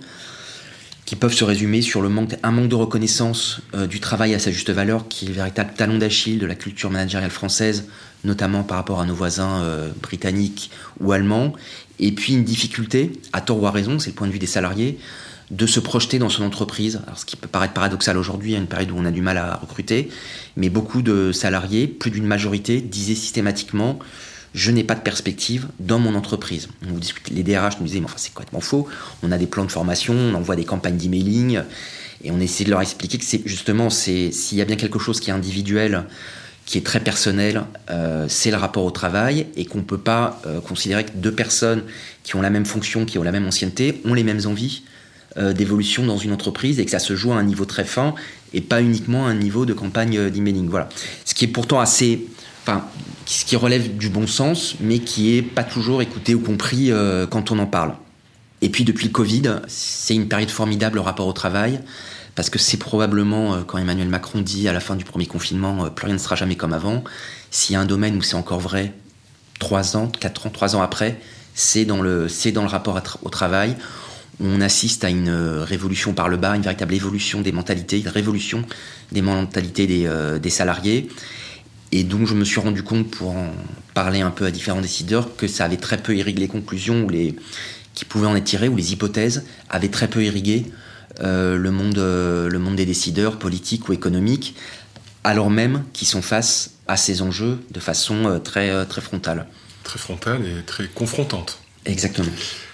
qui peuvent se résumer sur le manque, un manque de reconnaissance euh, du travail à sa juste valeur, qui est le véritable talon d'Achille de la culture managériale française, notamment par rapport à nos voisins euh, britanniques ou allemands, et puis une difficulté, à tort ou à raison, c'est le point de vue des salariés, de se projeter dans son entreprise. Alors, ce qui peut paraître paradoxal aujourd'hui, à une période où on a du mal à recruter, mais beaucoup de salariés, plus d'une majorité, disaient systématiquement « je n'ai pas de perspective dans mon entreprise ». On discute, les D R H nous disaient « mais enfin c'est complètement faux, on a des plans de formation, on envoie des campagnes d'emailing » et on essaie de leur expliquer que c'est justement, c'est, s'il y a bien quelque chose qui est individuel, qui est très personnel, euh, c'est le rapport au travail, et qu'on ne peut pas euh, considérer que deux personnes qui ont la même fonction, qui ont la même ancienneté, ont les mêmes envies euh, d'évolution dans une entreprise, et que ça se joue à un niveau très fin et pas uniquement à un niveau de campagne d'emailing. Voilà. Ce qui est pourtant assez... Enfin, ce qui relève du bon sens, mais qui n'est pas toujours écouté ou compris euh, quand on en parle. Et puis depuis le Covid, c'est une période formidable au rapport au travail, parce que c'est probablement, euh, quand Emmanuel Macron dit à la fin du premier confinement, euh, plus rien ne sera jamais comme avant, s'il y a un domaine où c'est encore vrai, trois ans, quatre ans, trois ans après, c'est dans le, c'est dans le rapport tra- au travail. On assiste à une révolution par le bas, une véritable évolution des mentalités, une révolution des mentalités des, euh, des salariés. Et donc je me suis rendu compte, pour en parler un peu à différents décideurs, que ça avait très peu irrigué les conclusions ou les, qui pouvaient en être tirées, ou les hypothèses avaient très peu irrigué euh, le, monde, euh, le monde des décideurs politiques ou économiques, alors même qu'ils sont face à ces enjeux de façon euh, très, euh, très frontale. Très frontale et très confrontante. Exactement.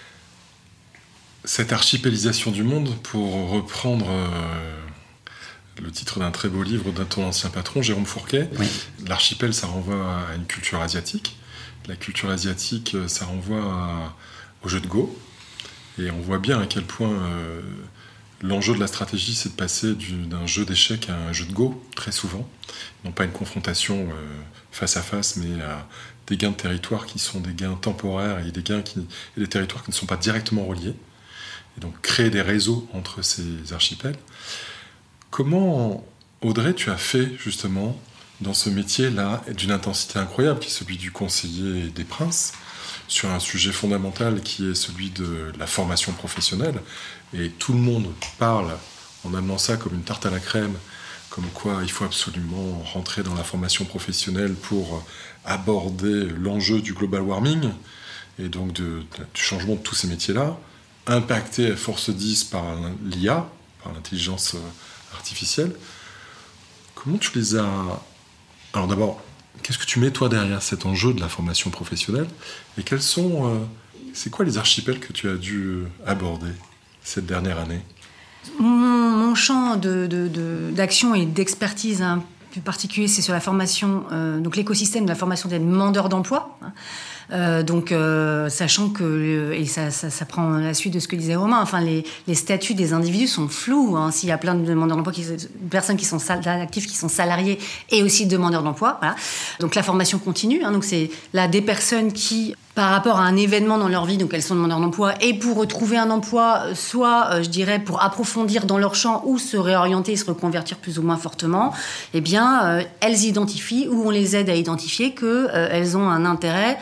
Cette archipélisation du monde, pour reprendre... Euh... le titre d'un très beau livre de ton ancien patron, Jérôme Fourquet. Oui. L'archipel, ça renvoie à une culture asiatique. La culture asiatique, ça renvoie à, au jeu de Go. Et on voit bien à quel point euh, l'enjeu de la stratégie, c'est de passer du, d'un jeu d'échecs à un jeu de Go, très souvent. Non pas une confrontation euh, face à face, mais à des gains de territoire qui sont des gains temporaires et des, gains qui, et des territoires qui ne sont pas directement reliés. Et donc créer des réseaux entre ces archipels. Comment, Audrey, tu as fait justement dans ce métier-là d'une intensité incroyable, qui est celui du conseiller des princes, sur un sujet fondamental qui est celui de la formation professionnelle, et tout le monde parle en amenant ça comme une tarte à la crème, comme quoi il faut absolument rentrer dans la formation professionnelle pour aborder l'enjeu du global warming, et donc de, de, du changement de tous ces métiers-là, impactés à force dix par l'I A, par l'intelligence artificielle. Comment tu les as... Alors d'abord, qu'est-ce que tu mets toi derrière cet enjeu de la formation professionnelle, et quels sont... Euh, c'est quoi les archipels que tu as dû aborder cette dernière année ? Mon, mon champ de, de, de, d'action et d'expertise un peu particulier, c'est sur la formation, euh, donc l'écosystème de la formation des demandeurs d'emploi. Hein. Euh, donc, euh, sachant que, et ça, ça, ça prend la suite de ce que disait Romain, enfin, les, les statuts des individus sont flous. Hein, s'il y a plein de demandeurs d'emploi, qui, de personnes qui sont sal- actifs, qui sont salariés et aussi demandeurs d'emploi. Voilà. Donc, la formation continue. Hein, donc, c'est là des personnes qui, par rapport à un événement dans leur vie, donc elles sont demandeurs d'emploi, et pour retrouver un emploi, soit, euh, je dirais, pour approfondir dans leur champ ou se réorienter et se reconvertir plus ou moins fortement, eh bien, euh, elles identifient ou on les aide à identifier qu'elles euh, ont un intérêt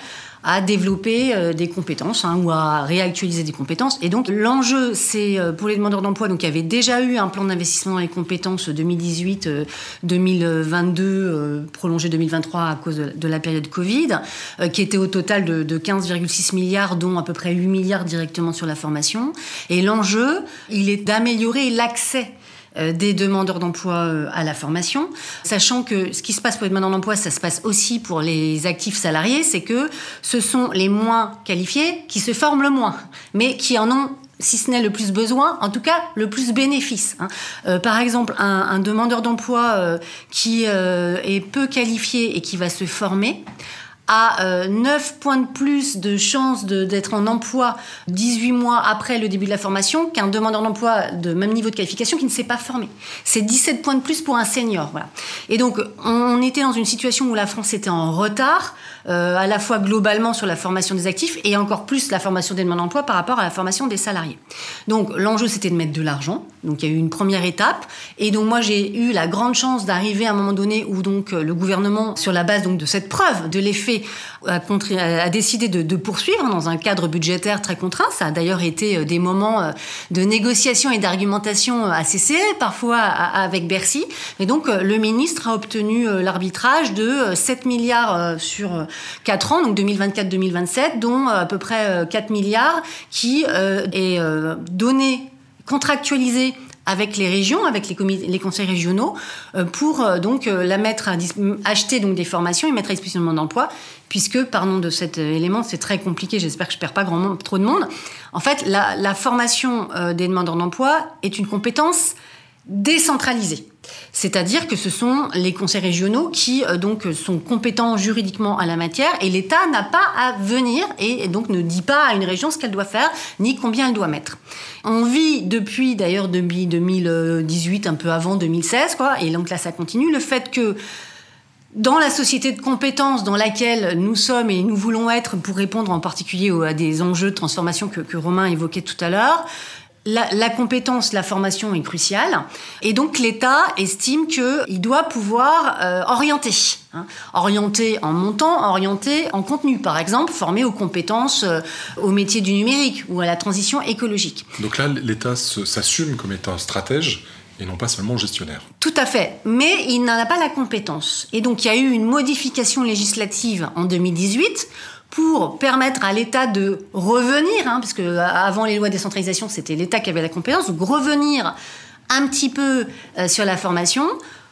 à développer euh, des compétences hein, ou à réactualiser des compétences. Et donc l'enjeu, c'est euh, pour les demandeurs d'emploi, donc il y avait déjà eu un plan d'investissement dans les compétences deux mille dix-huit deux mille vingt-deux, euh, prolongé deux mille vingt-trois à cause de, de la période Covid, euh, qui était au total de, de quinze virgule six milliards, dont à peu près huit milliards directement sur la formation. Et l'enjeu, il est d'améliorer l'accès des demandeurs d'emploi à la formation, sachant que ce qui se passe pour les demandeurs d'emploi, ça se passe aussi pour les actifs salariés, c'est que ce sont les moins qualifiés qui se forment le moins, mais qui en ont, si ce n'est le plus besoin, en tout cas le plus bénéfice. Hein. Euh, par exemple, un, un demandeur d'emploi euh, qui euh, est peu qualifié et qui va se former, a euh, neuf points de plus de chances de, d'être en emploi dix-huit mois après le début de la formation qu'un demandeur d'emploi de même niveau de qualification qui ne s'est pas formé. C'est dix-sept points de plus pour un senior. Voilà. Et donc, on était dans une situation où la France était en retard, euh, à la fois globalement sur la formation des actifs et encore plus la formation des demandeurs d'emploi par rapport à la formation des salariés. Donc, l'enjeu, c'était de mettre de l'argent. Donc, il y a eu une première étape. Et donc, moi, j'ai eu la grande chance d'arriver à un moment donné où donc le gouvernement, sur la base donc de cette preuve de l'effet, a, contri- a décidé de, de poursuivre dans un cadre budgétaire très contraint. Ça a d'ailleurs été des moments de négociation et d'argumentation assez serrés, parfois avec Bercy. Et donc, le ministre a obtenu l'arbitrage de sept milliards sur quatre ans, donc deux mille vingt-quatre deux mille vingt-sept, dont à peu près quatre milliards qui est donné, contractualisé avec les régions, avec les, comités, les conseils régionaux, euh, pour euh, donc euh, la mettre à dis- acheter donc des formations et mettre à disposition du monde d'emploi, puisque, pardon de cet élément, c'est très compliqué, j'espère que je perds pas grand monde, trop de monde. En fait, la, la formation euh, des demandeurs d'emploi est une compétence décentralisée. C'est-à-dire que ce sont les conseils régionaux qui euh, donc sont compétents juridiquement à la matière et l'État n'a pas à venir et, et donc ne dit pas à une région ce qu'elle doit faire ni combien elle doit mettre. On vit depuis d'ailleurs depuis deux mille dix-huit, un peu avant deux mille seize, quoi, et donc là ça continue, le fait que dans la société de compétences dans laquelle nous sommes et nous voulons être pour répondre en particulier à des enjeux de transformation que, que Romain évoquait tout à l'heure, La, la compétence, la formation est cruciale. Et donc, l'État estime qu'il doit pouvoir euh, orienter. Hein, orienter en montant, orienter en contenu. Par exemple, former aux compétences, euh, au métier du numérique ou à la transition écologique. Donc là, l'État se, s'assume comme étant stratège et non pas seulement gestionnaire. Tout à fait. Mais il n'en a pas la compétence. Et donc, il y a eu une modification législative en deux mille dix-huit pour permettre à l'État de revenir, hein, parce que avant les lois de décentralisation, c'était l'État qui avait la compétence, donc revenir un petit peu euh, sur la formation,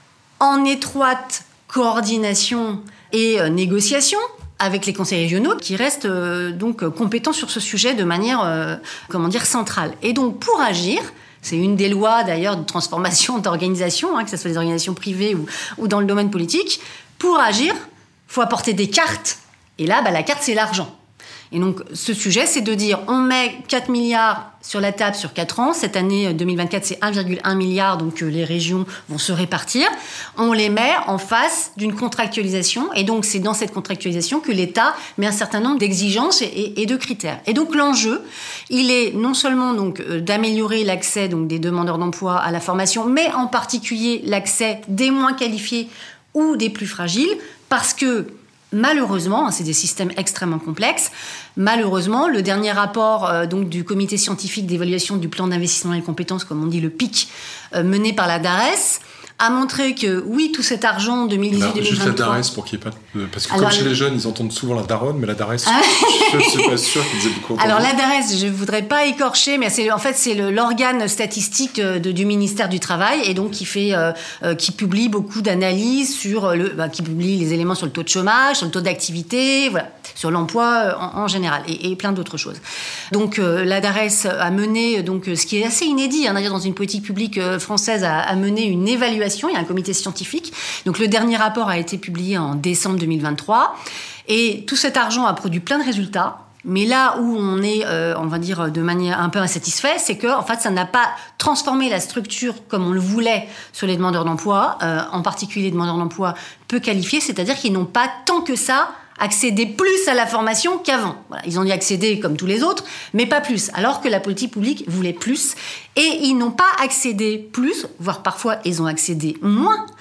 en étroite coordination et euh, négociation avec les conseils régionaux, qui restent euh, donc compétents sur ce sujet de manière, euh, comment dire, centrale. Et donc, pour agir, c'est une des lois d'ailleurs de transformation d'organisation, hein, que ce soit des organisations privées ou, ou dans le domaine politique, pour agir, il faut apporter des cartes. Et là, bah, la carte, c'est l'argent. Et donc, ce sujet, c'est de dire, on met quatre milliards sur la table sur quatre ans. Cette année deux mille vingt-quatre, c'est un virgule un milliard, donc euh, les régions vont se répartir. On les met en face d'une contractualisation. Et donc, c'est dans cette contractualisation que l'État met un certain nombre d'exigences et, et, et de critères. Et donc, l'enjeu, il est non seulement donc, euh, d'améliorer l'accès donc, des demandeurs d'emploi à la formation, mais en particulier l'accès des moins qualifiés ou des plus fragiles, parce que malheureusement, c'est des systèmes extrêmement complexes, malheureusement, le dernier rapport euh, donc, du comité scientifique d'évaluation du plan d'investissement et des compétences, comme on dit le P I C, euh, mené par la DARES, a montré que oui, tout cet argent deux mille dix-huit deux mille vingt-trois... Juste la DARES pour qu'il n'y ait pas de... Parce que Alors, comme chez les jeunes, ils entendent souvent la daronne, mais la DARES, je ne suis pas sûr qu'ils aient beaucoup entendu. Alors la DARES, je ne voudrais pas écorcher, mais c'est, en fait, c'est le, l'organe statistique de, du ministère du Travail, et donc qui, fait, euh, euh, qui publie beaucoup d'analyses, sur le, bah, qui publie les éléments sur le taux de chômage, sur le taux d'activité, voilà, sur l'emploi euh, en, en général, et, et plein d'autres choses. Donc euh, la DARES a mené, donc, ce qui est assez inédit, hein, d'ailleurs dans une politique publique euh, française, a, a mené une évaluation, il y a un comité scientifique. Donc le dernier rapport a été publié en décembre deux mille vingt-trois, et tout cet argent a produit plein de résultats. Mais là où on est, euh, on va dire, de manière un peu insatisfait, c'est que, en fait, ça n'a pas transformé la structure comme on le voulait sur les demandeurs d'emploi, euh, en particulier les demandeurs d'emploi peu qualifiés, c'est-à-dire qu'ils n'ont pas tant que ça accédé plus à la formation qu'avant. Voilà, ils ont y accédé comme tous les autres, mais pas plus, alors que la politique publique voulait plus. Et ils n'ont pas accédé plus, voire parfois ils ont accédé moins,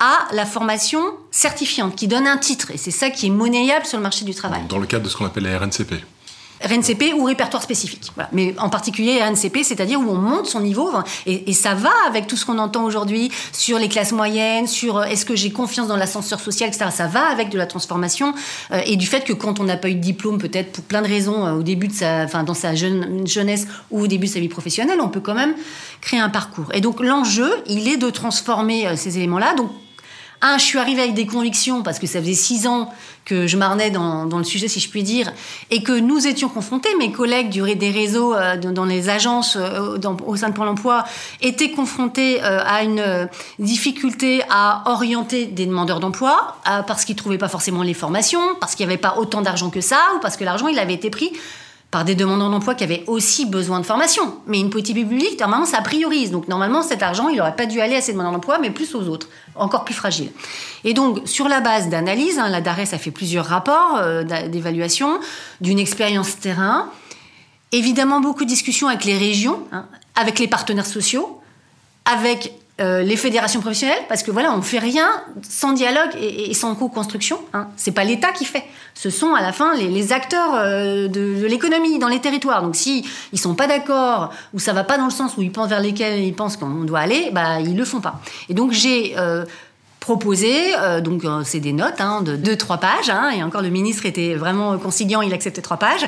à la formation certifiante, qui donne un titre. Et c'est ça qui est monnayable sur le marché du travail. Dans le cadre de ce qu'on appelle les R N C P. R N C P ou répertoire spécifique. Voilà. Mais en particulier R N C P, c'est-à-dire où on monte son niveau. Et, et ça va avec tout ce qu'on entend aujourd'hui sur les classes moyennes, sur euh, est-ce que j'ai confiance dans l'ascenseur social, et cetera. Ça va avec de la transformation euh, et du fait que quand on n'a pas eu de diplôme, peut-être pour plein de raisons, euh, au début de sa, enfin, dans sa jeune, jeunesse ou au début de sa vie professionnelle, on peut quand même créer un parcours. Et donc l'enjeu, il est de transformer euh, ces éléments-là. Donc Un, je suis arrivée avec des convictions parce que ça faisait six ans que je marnais dans, dans le sujet, si je puis dire, et que nous étions confrontés, mes collègues du, des réseaux euh, dans les agences euh, dans, au sein de Pôle emploi étaient confrontés euh, à une euh, difficulté à orienter des demandeurs d'emploi euh, parce qu'ils ne trouvaient pas forcément les formations, parce qu'il n'y avait pas autant d'argent que ça, ou parce que l'argent il avait été pris par des demandeurs d'emploi qui avaient aussi besoin de formation. Mais une politique publique, normalement, ça priorise. Donc, normalement, cet argent, il n'aurait pas dû aller à ces demandeurs d'emploi, mais plus aux autres, encore plus fragiles. Et donc, sur la base d'analyse, hein, la DARES a fait plusieurs rapports euh, d'évaluation, d'une expérience terrain, évidemment, beaucoup de discussions avec les régions, hein, avec les partenaires sociaux, avec Euh, les fédérations professionnelles, parce que voilà, on fait rien sans dialogue et, et sans co-construction. Hein. C'est pas l'État qui fait. Ce sont à la fin les, les acteurs euh, de, de l'économie dans les territoires. Donc si ils sont pas d'accord ou ça va pas dans le sens où ils pensent vers lesquels ils pensent qu'on doit aller, bah ils le font pas. Et donc j'ai euh, proposé, euh, donc euh, c'est des notes hein, de deux trois pages. Hein, et encore le ministre était vraiment conciliant, il acceptait trois pages.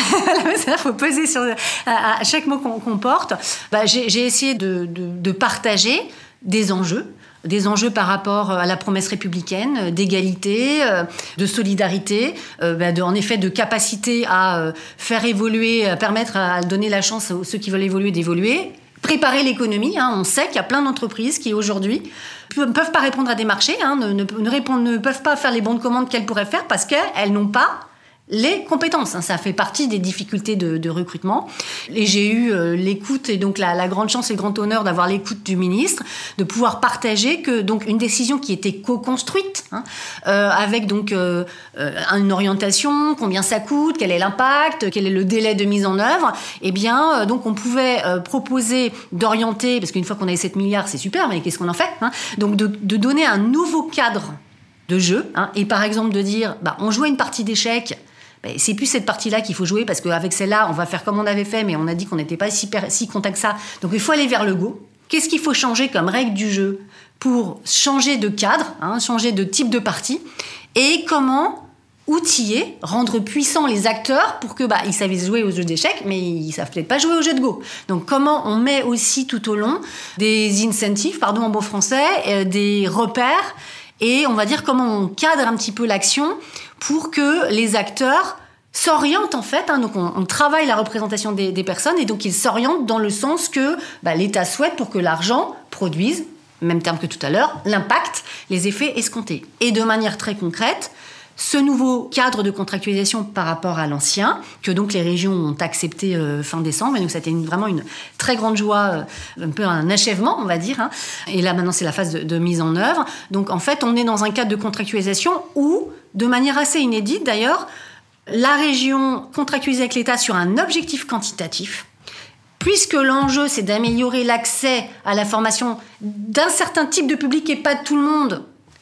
Il faut peser sur à, à chaque mot qu'on, qu'on porte. Bah, j'ai, j'ai essayé de, de, de partager des enjeux. Des enjeux par rapport à la promesse républicaine, d'égalité, de solidarité, euh, de, en effet de capacité à euh, faire évoluer, à permettre à donner la chance à ceux qui veulent évoluer d'évoluer. Préparer l'économie, hein, on sait qu'il y a plein d'entreprises qui aujourd'hui ne peuvent pas répondre à des marchés, hein, ne, ne, ne, répondent, ne peuvent pas faire les bons de commande qu'elles pourraient faire parce qu'elles n'ont pas les compétences. Hein, ça fait partie des difficultés de, de recrutement. Et j'ai eu euh, l'écoute et donc la, la grande chance et le grand honneur d'avoir l'écoute du ministre, de pouvoir partager que donc une décision qui était co-construite, hein, euh, avec donc euh, euh, une orientation, combien ça coûte, quel est l'impact, quel est le délai de mise en œuvre. Eh bien, euh, donc on pouvait euh, proposer d'orienter, parce qu'une fois qu'on a les sept milliards, c'est super, mais qu'est-ce qu'on en fait, hein, donc de, de donner un nouveau cadre de jeu, hein, et par exemple de dire, bah, on jouait une partie d'échecs. C'est plus cette partie-là qu'il faut jouer parce qu'avec celle-là, on va faire comme on avait fait, mais on a dit qu'on n'était pas si, si content que ça. Donc il faut aller vers le go. Qu'est-ce qu'il faut changer comme règle du jeu pour changer de cadre, hein, changer de type de partie, et comment outiller, rendre puissants les acteurs pour que bah, ils savent jouer aux jeux d'échecs, mais ils savent peut-être pas jouer aux jeux de go. Donc comment on met aussi tout au long des incentives, pardon en bon français, euh, des repères. Et on va dire comment on cadre un petit peu l'action pour que les acteurs s'orientent en fait. Hein, donc on, on travaille la représentation des, des personnes et donc ils s'orientent dans le sens que bah, l'État souhaite pour que l'argent produise, même terme que tout à l'heure, l'impact, les effets escomptés. Et de manière très concrète, ce nouveau cadre de contractualisation par rapport à l'ancien, que donc les régions ont accepté euh, fin décembre, et donc c'était une, vraiment une très grande joie, euh, un peu un achèvement, on va dire. Hein. Et là maintenant c'est la phase de, de mise en œuvre. Donc en fait on est dans un cadre de contractualisation où, de manière assez inédite d'ailleurs, la région contractualise avec l'État sur un objectif quantitatif. Puisque l'enjeu c'est d'améliorer l'accès à la formation d'un certain type de public et pas de tout le monde.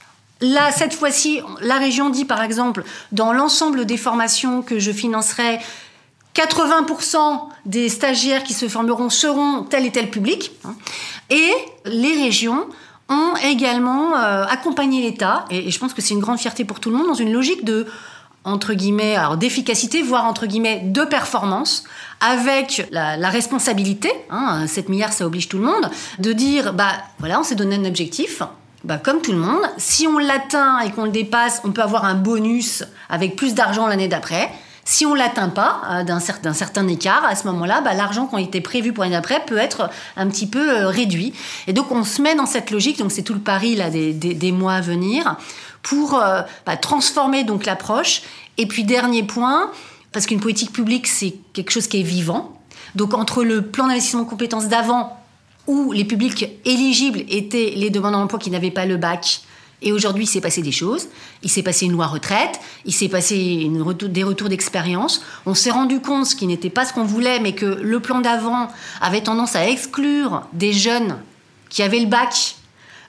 Là, cette fois-ci, la région dit, par exemple, dans l'ensemble des formations que je financerai, quatre-vingts pour cent des stagiaires qui se formeront seront tel et tel public. Et les régions ont également euh, accompagné l'État, et, et je pense que c'est une grande fierté pour tout le monde, dans une logique de, entre guillemets, alors d'efficacité, voire entre guillemets de performance, avec la, la responsabilité, hein, sept milliards ça oblige tout le monde, de dire, bah voilà, on s'est donné un objectif. Bah, comme tout le monde, si on l'atteint et qu'on le dépasse, on peut avoir un bonus avec plus d'argent l'année d'après. Si on ne l'atteint pas, euh, d'un, cer- d'un certain écart, à ce moment-là, bah, l'argent qui a été prévu pour l'année d'après peut être un petit peu euh, réduit. Et donc, on se met dans cette logique, donc c'est tout le pari là, des, des, des mois à venir, pour euh, bah, transformer donc, l'approche. Et puis, dernier point, parce qu'une politique publique, c'est quelque chose qui est vivant. Donc, entre le plan d'investissement de compétences d'avant, où les publics éligibles étaient les demandeurs d'emploi qui n'avaient pas le bac. Et aujourd'hui, il s'est passé des choses. Il s'est passé une loi retraite, il s'est passé une retour, des retours d'expérience. On s'est rendu compte, ce qui n'était pas ce qu'on voulait, mais que le plan d'avant avait tendance à exclure des jeunes qui avaient le bac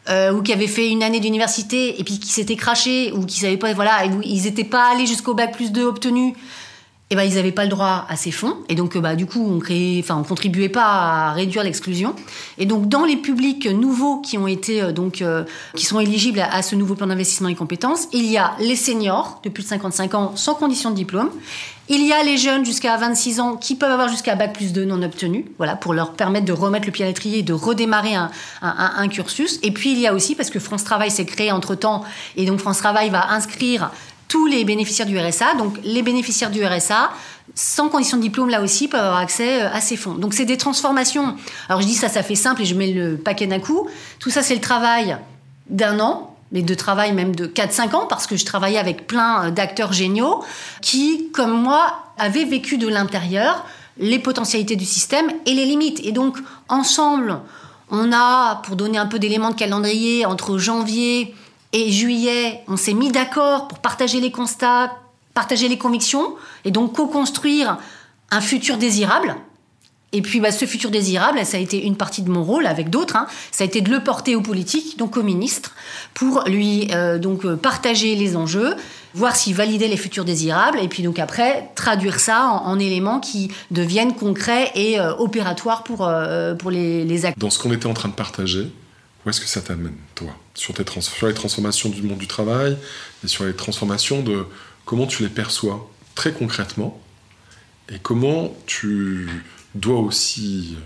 euh, ou qui avaient fait une année d'université et puis qui s'étaient crachés, ou qui savaient pas, voilà, ils n'étaient pas allés jusqu'au bac plus deux obtenu, et ben ils n'avaient pas le droit à ces fonds, et donc bah du coup on créait, enfin on contribuait pas à réduire l'exclusion. Et donc dans les publics nouveaux qui ont été euh, donc euh, qui sont éligibles à, à ce nouveau plan d'investissement et compétences, il y a les seniors de plus de cinquante-cinq ans sans condition de diplôme. Il y a les jeunes jusqu'à vingt-six ans qui peuvent avoir jusqu'à bac plus deux non obtenu, voilà, pour leur permettre de remettre le pied à l'étrier et de redémarrer un, un, un cursus. Et puis il y a aussi, parce que France Travail s'est créé entre-temps, et donc France Travail va inscrire tous les bénéficiaires du R S A. Donc les bénéficiaires du R S A, sans condition de diplôme, là aussi, peuvent avoir accès à ces fonds. Donc c'est des transformations. Alors je dis ça, ça fait simple et je mets le paquet d'un coup. Tout ça, c'est le travail d'un an, mais de travail même de quatre à cinq ans, parce que je travaillais avec plein d'acteurs géniaux qui, comme moi, avaient vécu de l'intérieur les potentialités du système et les limites. Et donc, ensemble, on a, pour donner un peu d'éléments de calendrier, entre janvier et juillet, on s'est mis d'accord pour partager les constats, partager les convictions, et donc co-construire un futur désirable. Et puis, bah, ce futur désirable, ça a été une partie de mon rôle avec d'autres. Hein. Ça a été de le porter aux politiques, donc au ministre, pour lui euh, donc partager les enjeux, voir s'il validait les futurs désirables, et puis donc après traduire ça en, en éléments qui deviennent concrets et euh, opératoires pour euh, pour les, les acteurs. Dans ce qu'on était en train de partager, où est-ce que ça t'amène, toi, sur tes trans- sur les transformations du monde du travail et sur les transformations de comment tu les perçois très concrètement, et comment tu dois aussi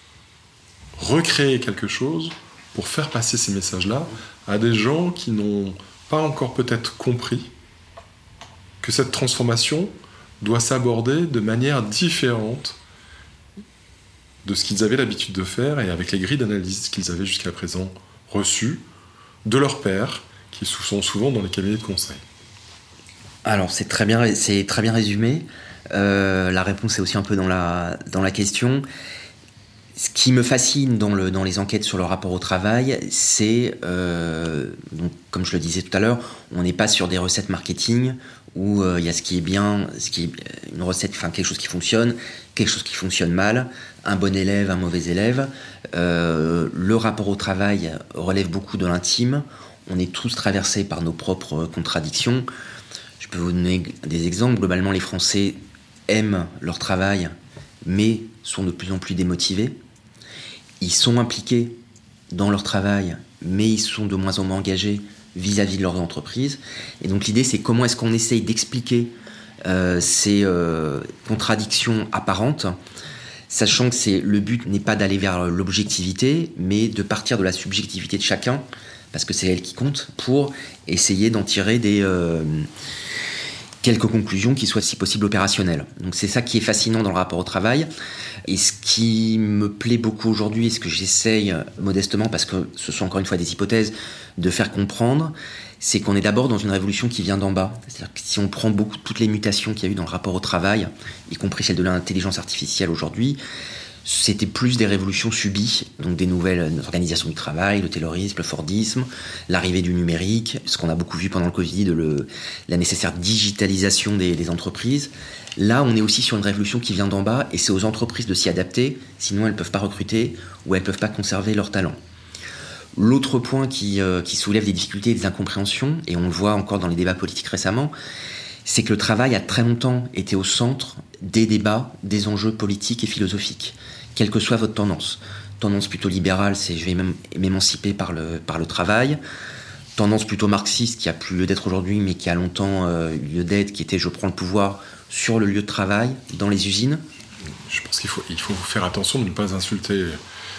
recréer quelque chose pour faire passer ces messages-là à des gens qui n'ont pas encore peut-être compris que cette transformation doit s'aborder de manière différente de ce qu'ils avaient l'habitude de faire et avec les grilles d'analyse qu'ils avaient jusqu'à présent reçues de leurs pairs, qui sont souvent dans les cabinets de conseil. Alors c'est très bien, c'est très bien résumé. Euh, la réponse est aussi un peu dans la, dans la question. Ce qui me fascine dans, le, dans les enquêtes sur le rapport au travail, c'est, euh, donc, comme je le disais tout à l'heure, on n'est pas sur des recettes marketing où il euh, y a ce qui est bien, ce qui est une recette, enfin quelque chose qui fonctionne, quelque chose qui fonctionne mal, un bon élève, un mauvais élève. Euh, le rapport au travail relève beaucoup de l'intime. On est tous traversés par nos propres contradictions. Je peux vous donner des exemples. Globalement, les Français aiment leur travail, mais sont de plus en plus démotivés. Ils sont impliqués dans leur travail, mais ils sont de moins en moins engagés vis-à-vis de leurs entreprises. Et donc l'idée, c'est comment est-ce qu'on essaye d'expliquer euh, ces euh, contradictions apparentes, sachant que c'est, le but n'est pas d'aller vers l'objectivité, mais de partir de la subjectivité de chacun, parce que c'est elle qui compte, pour essayer d'en tirer des... Euh, quelques conclusions qui soient si possible opérationnelles. Donc c'est ça qui est fascinant dans le rapport au travail. Et ce qui me plaît beaucoup aujourd'hui, et ce que j'essaye modestement, parce que ce sont encore une fois des hypothèses, de faire comprendre, c'est qu'on est d'abord dans une révolution qui vient d'en bas. C'est-à-dire que si on prend beaucoup toutes les mutations qu'il y a eu dans le rapport au travail, y compris celle de l'intelligence artificielle aujourd'hui, c'était plus des révolutions subies, donc des nouvelles organisations du travail, le taylorisme, le fordisme, l'arrivée du numérique, ce qu'on a beaucoup vu pendant le Covid, le, la nécessaire digitalisation des, des entreprises. Là, on est aussi sur une révolution qui vient d'en bas, et c'est aux entreprises de s'y adapter, sinon elles ne peuvent pas recruter ou elles ne peuvent pas conserver leurs talents. L'autre point qui, euh, qui soulève des difficultés et des incompréhensions, et on le voit encore dans les débats politiques récemment, c'est que le travail a très longtemps été au centre des débats, des enjeux politiques et philosophiques, quelle que soit votre tendance. Tendance plutôt libérale, c'est je vais même m'émanciper par le, par le travail. Tendance plutôt marxiste, qui a plus lieu d'être aujourd'hui, mais qui a longtemps euh, lieu d'être, qui était je prends le pouvoir sur le lieu de travail, dans les usines. Je pense qu'il faut, il faut faire attention de ne pas insulter le,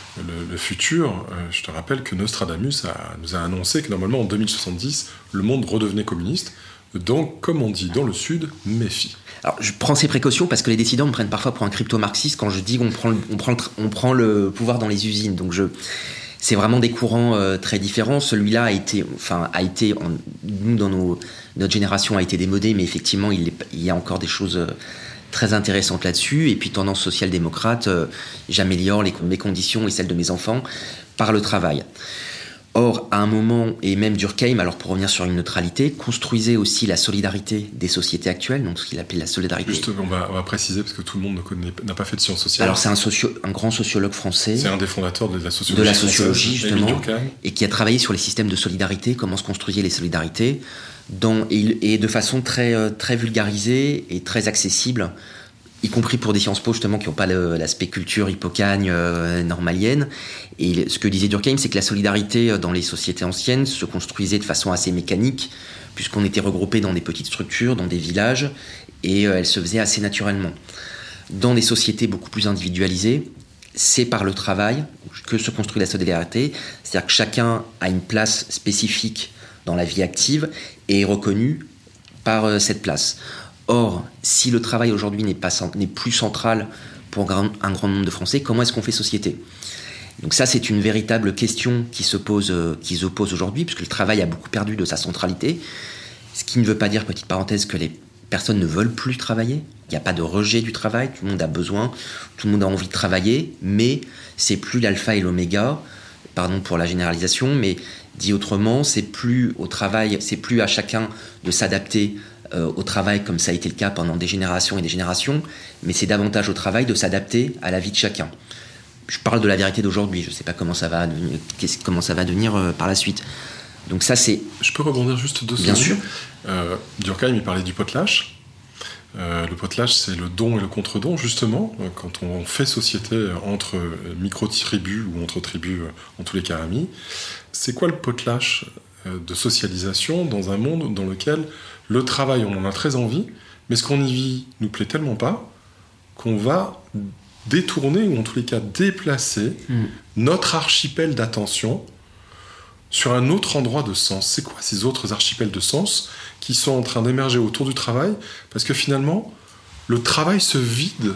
le futur. Euh, je te rappelle que Nostradamus a, nous a annoncé que normalement en deux mille soixante-dix, le monde redevenait communiste. Donc, comme on dit dans le Sud, méfie. Alors, je prends ces précautions parce que les décideurs me prennent parfois pour un crypto-marxiste quand je dis qu'on prend le, on prend le, on prend le pouvoir dans les usines. Donc, je, c'est vraiment des courants euh, très différents. Celui-là a été, enfin, a été, en, nous, dans nos, notre génération, a été démodé, mais effectivement, il, est, il y a encore des choses euh, très intéressantes là-dessus. Et puis, tendance social-démocrate, euh, j'améliore les, mes conditions et celles de mes enfants par le travail. Or, à un moment, et même Durkheim, alors pour revenir sur une neutralité, construisait aussi la solidarité des sociétés actuelles, donc ce qu'il appelait la solidarité. Juste, on va, on va préciser, parce que tout le monde ne connaît, n'a pas fait de sciences sociales. Alors c'est un, socio, un grand sociologue français. C'est un des fondateurs de la sociologie. De la sociologie, française, justement, et qui a travaillé sur les systèmes de solidarité, comment se construisaient les solidarités, dans, et, et de façon très, très vulgarisée et très accessible, y compris pour des Sciences Po justement qui n'ont pas le, l'aspect culture hippocagne euh, normalienne. Et ce que disait Durkheim, c'est que la solidarité dans les sociétés anciennes se construisait de façon assez mécanique, puisqu'on était regroupés dans des petites structures, dans des villages, et euh, elle se faisait assez naturellement. Dans des sociétés beaucoup plus individualisées, c'est par le travail que se construit la solidarité, c'est-à-dire que chacun a une place spécifique dans la vie active et est reconnu par euh, cette place. Or, si le travail aujourd'hui n'est, pas, n'est plus central pour un grand nombre de Français, comment est-ce qu'on fait société ? Donc ça, c'est une véritable question qui se pose, euh, qui se pose aujourd'hui, puisque le travail a beaucoup perdu de sa centralité, ce qui ne veut pas dire, petite parenthèse, que les personnes ne veulent plus travailler. Il n'y a pas de rejet du travail, tout le monde a besoin, tout le monde a envie de travailler, mais c'est plus l'alpha et l'oméga, pardon pour la généralisation, mais dit autrement, c'est plus au travail, c'est plus à chacun de s'adapter euh, au travail comme ça a été le cas pendant des générations et des générations, mais c'est davantage au travail de s'adapter à la vie de chacun. Je parle de la vérité d'aujourd'hui, je ne sais pas comment ça va devenir, comment ça va devenir euh, par la suite. Donc ça, c'est... Je peux rebondir juste deux secondes ? Bien sûr. Euh, Durkheim, il parlait du potlatch. Euh, le potlatch, c'est le don et le contre-don, justement, quand on fait société entre micro-tribus ou entre tribus, en tous les cas amis. C'est quoi le potlatch de socialisation dans un monde dans lequel le travail, on en a très envie, mais ce qu'on y vit nous plaît tellement pas qu'on va détourner, ou en tous les cas déplacer, mmh. notre archipel d'attention sur un autre endroit de sens. C'est quoi ces autres archipels de sens qui sont en train d'émerger autour du travail ? Parce que finalement, le travail se vide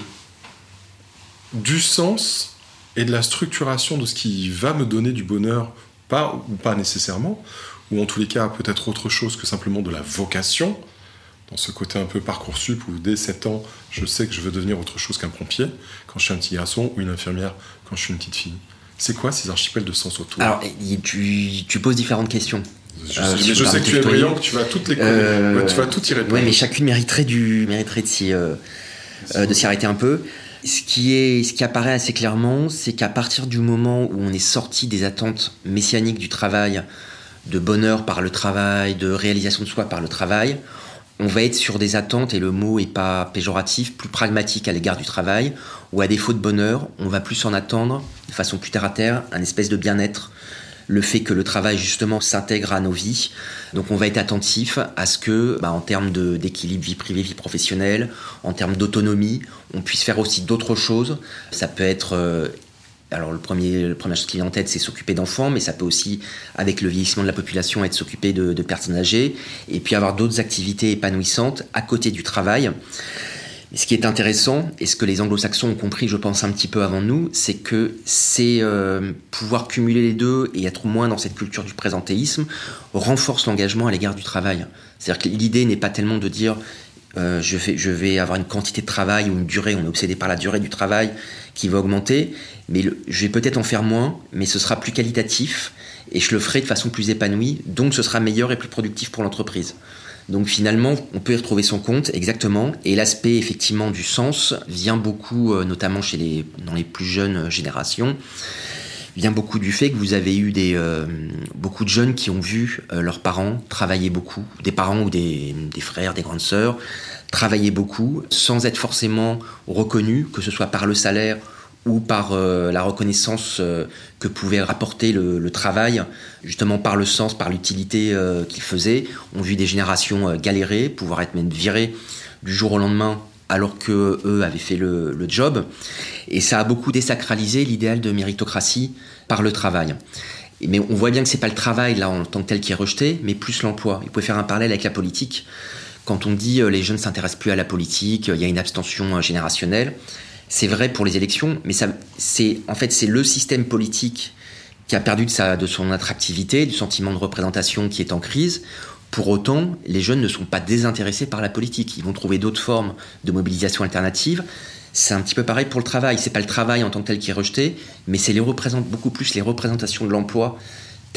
du sens et de la structuration de ce qui va me donner du bonheur, pas ou pas nécessairement, ou en tous les cas peut-être autre chose que simplement de la vocation, dans ce côté un peu Parcoursup où dès sept ans, je sais que je veux devenir autre chose qu'un pompier, quand je suis un petit garçon, ou une infirmière quand je suis une petite fille. C'est quoi ces archipels de sens autour ? Alors, tu, tu poses différentes questions. Je, euh, sais, je sais que tu es brillant, que tu vas toutes les euh, tu vas tout y répondre. Oui, mais chacune mériterait, du, mériterait de, s'y, euh, euh, de s'y arrêter un peu. Ce qui, est, ce qui apparaît assez clairement, c'est qu'à partir du moment où on est sorti des attentes messianiques du travail, de bonheur par le travail, de réalisation de soi par le travail, on va être sur des attentes, et le mot n'est pas péjoratif, plus pragmatiques à l'égard du travail, où à défaut de bonheur, on va plus en attendre, de façon plus terre-à-terre, un espèce de bien-être, le fait que le travail justement s'intègre à nos vies. Donc on va être attentif à ce que, bah, en termes de, d'équilibre vie privée, vie professionnelle, en termes d'autonomie, on puisse faire aussi d'autres choses. Ça peut être... Euh, Alors le premier, le premier chose qui vient en tête, c'est s'occuper d'enfants, mais ça peut aussi, avec le vieillissement de la population, être s'occuper de, de personnes âgées, et puis avoir d'autres activités épanouissantes à côté du travail. Et ce qui est intéressant, et ce que les anglo-saxons ont compris, je pense, un petit peu avant nous, c'est que c'est euh, pouvoir cumuler les deux et être moins dans cette culture du présentéisme renforce l'engagement à l'égard du travail. C'est-à-dire que l'idée n'est pas tellement de dire... Euh, je, vais, je vais avoir une quantité de travail ou une durée, on est obsédé par la durée du travail qui va augmenter, mais le, je vais peut-être en faire moins, mais ce sera plus qualitatif et je le ferai de façon plus épanouie, donc ce sera meilleur et plus productif pour l'entreprise. Donc finalement, on peut y retrouver son compte, exactement, et l'aspect effectivement du sens vient beaucoup, euh, notamment chez les, dans les plus jeunes générations, vient beaucoup du fait que vous avez eu des, euh, beaucoup de jeunes qui ont vu euh, leurs parents travailler beaucoup, des parents ou des, des frères, des grandes sœurs, travailler beaucoup, sans être forcément reconnus, que ce soit par le salaire ou par euh, la reconnaissance euh, que pouvait rapporter le, le travail, justement par le sens, par l'utilité euh, qu'il faisait. On a vu des générations euh, galérer, pouvoir être même virées du jour au lendemain, alors qu'eux avaient fait le, le job. Et ça a beaucoup désacralisé l'idéal de méritocratie par le travail. Mais on voit bien que c'est pas le travail là en tant que tel qui est rejeté, mais plus l'emploi. Vous pouvez faire un parallèle avec la politique. Quand on dit euh, les jeunes ne s'intéressent plus à la politique, il y a une abstention euh, générationnelle, c'est vrai pour les élections, mais ça, c'est, en fait, c'est le système politique qui a perdu de, sa, de son attractivité, du sentiment de représentation qui est en crise. Pour autant, les jeunes ne sont pas désintéressés par la politique. Ils vont trouver d'autres formes de mobilisation alternative. C'est un petit peu pareil pour le travail. C'est pas le travail en tant que tel qui est rejeté, mais c'est les représente beaucoup plus les représentations de l'emploi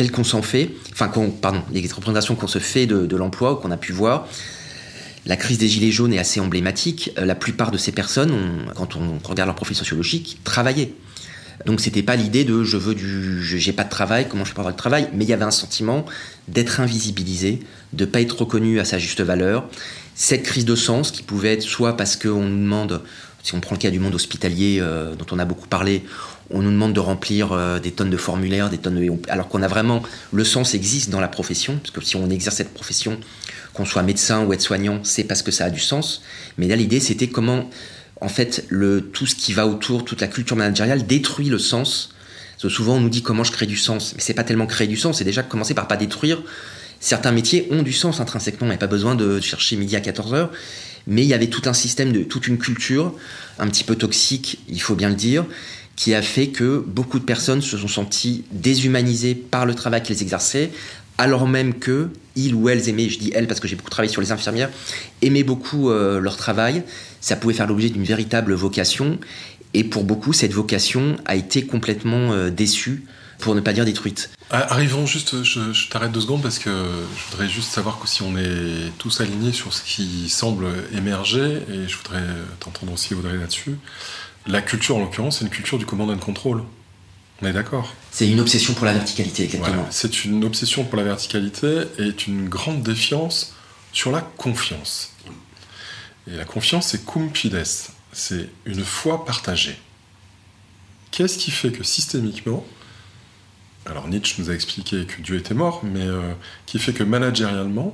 telles qu'on s'en fait, enfin, qu'on, pardon, les représentations qu'on se fait de, de l'emploi ou qu'on a pu voir. La crise des Gilets jaunes est assez emblématique. La plupart de ces personnes, ont, quand on regarde leur profil sociologique, travaillaient. Donc c'était pas l'idée de je veux du, je, j'ai pas de travail, comment je fais pour avoir du travail, mais il y avait un sentiment d'être invisibilisé, de pas être reconnu à sa juste valeur. Cette crise de sens qui pouvait être soit parce qu'on nous demande, si on prend le cas du monde hospitalier euh, dont on a beaucoup parlé, on nous demande de remplir euh, des tonnes de formulaires, des tonnes de, alors qu'on a vraiment, le sens existe dans la profession, parce que si on exerce cette profession, qu'on soit médecin ou aide-soignant, c'est parce que ça a du sens. Mais là, l'idée, c'était comment, en fait, le, tout ce qui va autour, toute la culture managériale détruit le sens. Parce que souvent, on nous dit comment je crée du sens. Mais c'est pas tellement créer du sens, c'est déjà commencer par pas détruire. Certains métiers ont du sens intrinsèquement, il n'y a pas besoin de chercher midi à quatorze heures. Mais il y avait tout un système, de, toute une culture, un petit peu toxique, il faut bien le dire, qui a fait que beaucoup de personnes se sont senties déshumanisées par le travail qu'elles exerçaient, alors même que ils ou elles aimaient, je dis elles parce que j'ai beaucoup travaillé sur les infirmières, aimaient beaucoup euh, leur travail. Ça pouvait faire l'objet d'une véritable vocation. Et pour beaucoup, cette vocation a été complètement euh, déçue, pour ne pas dire détruite. Arrivons juste, je, je t'arrête deux secondes parce que je voudrais juste savoir que si on est tous alignés sur ce qui semble émerger, et je voudrais t'entendre aussi, Audrey, là-dessus. La culture, en l'occurrence, c'est une culture du command and control. On est d'accord ? C'est une obsession pour la verticalité, exactement. Voilà, c'est une obsession pour la verticalité et une grande défiance sur la confiance. Et la confiance, c'est cum fides, c'est une foi partagée. Qu'est-ce qui fait que systémiquement, alors Nietzsche nous a expliqué que Dieu était mort, mais euh, qui fait que managérialement,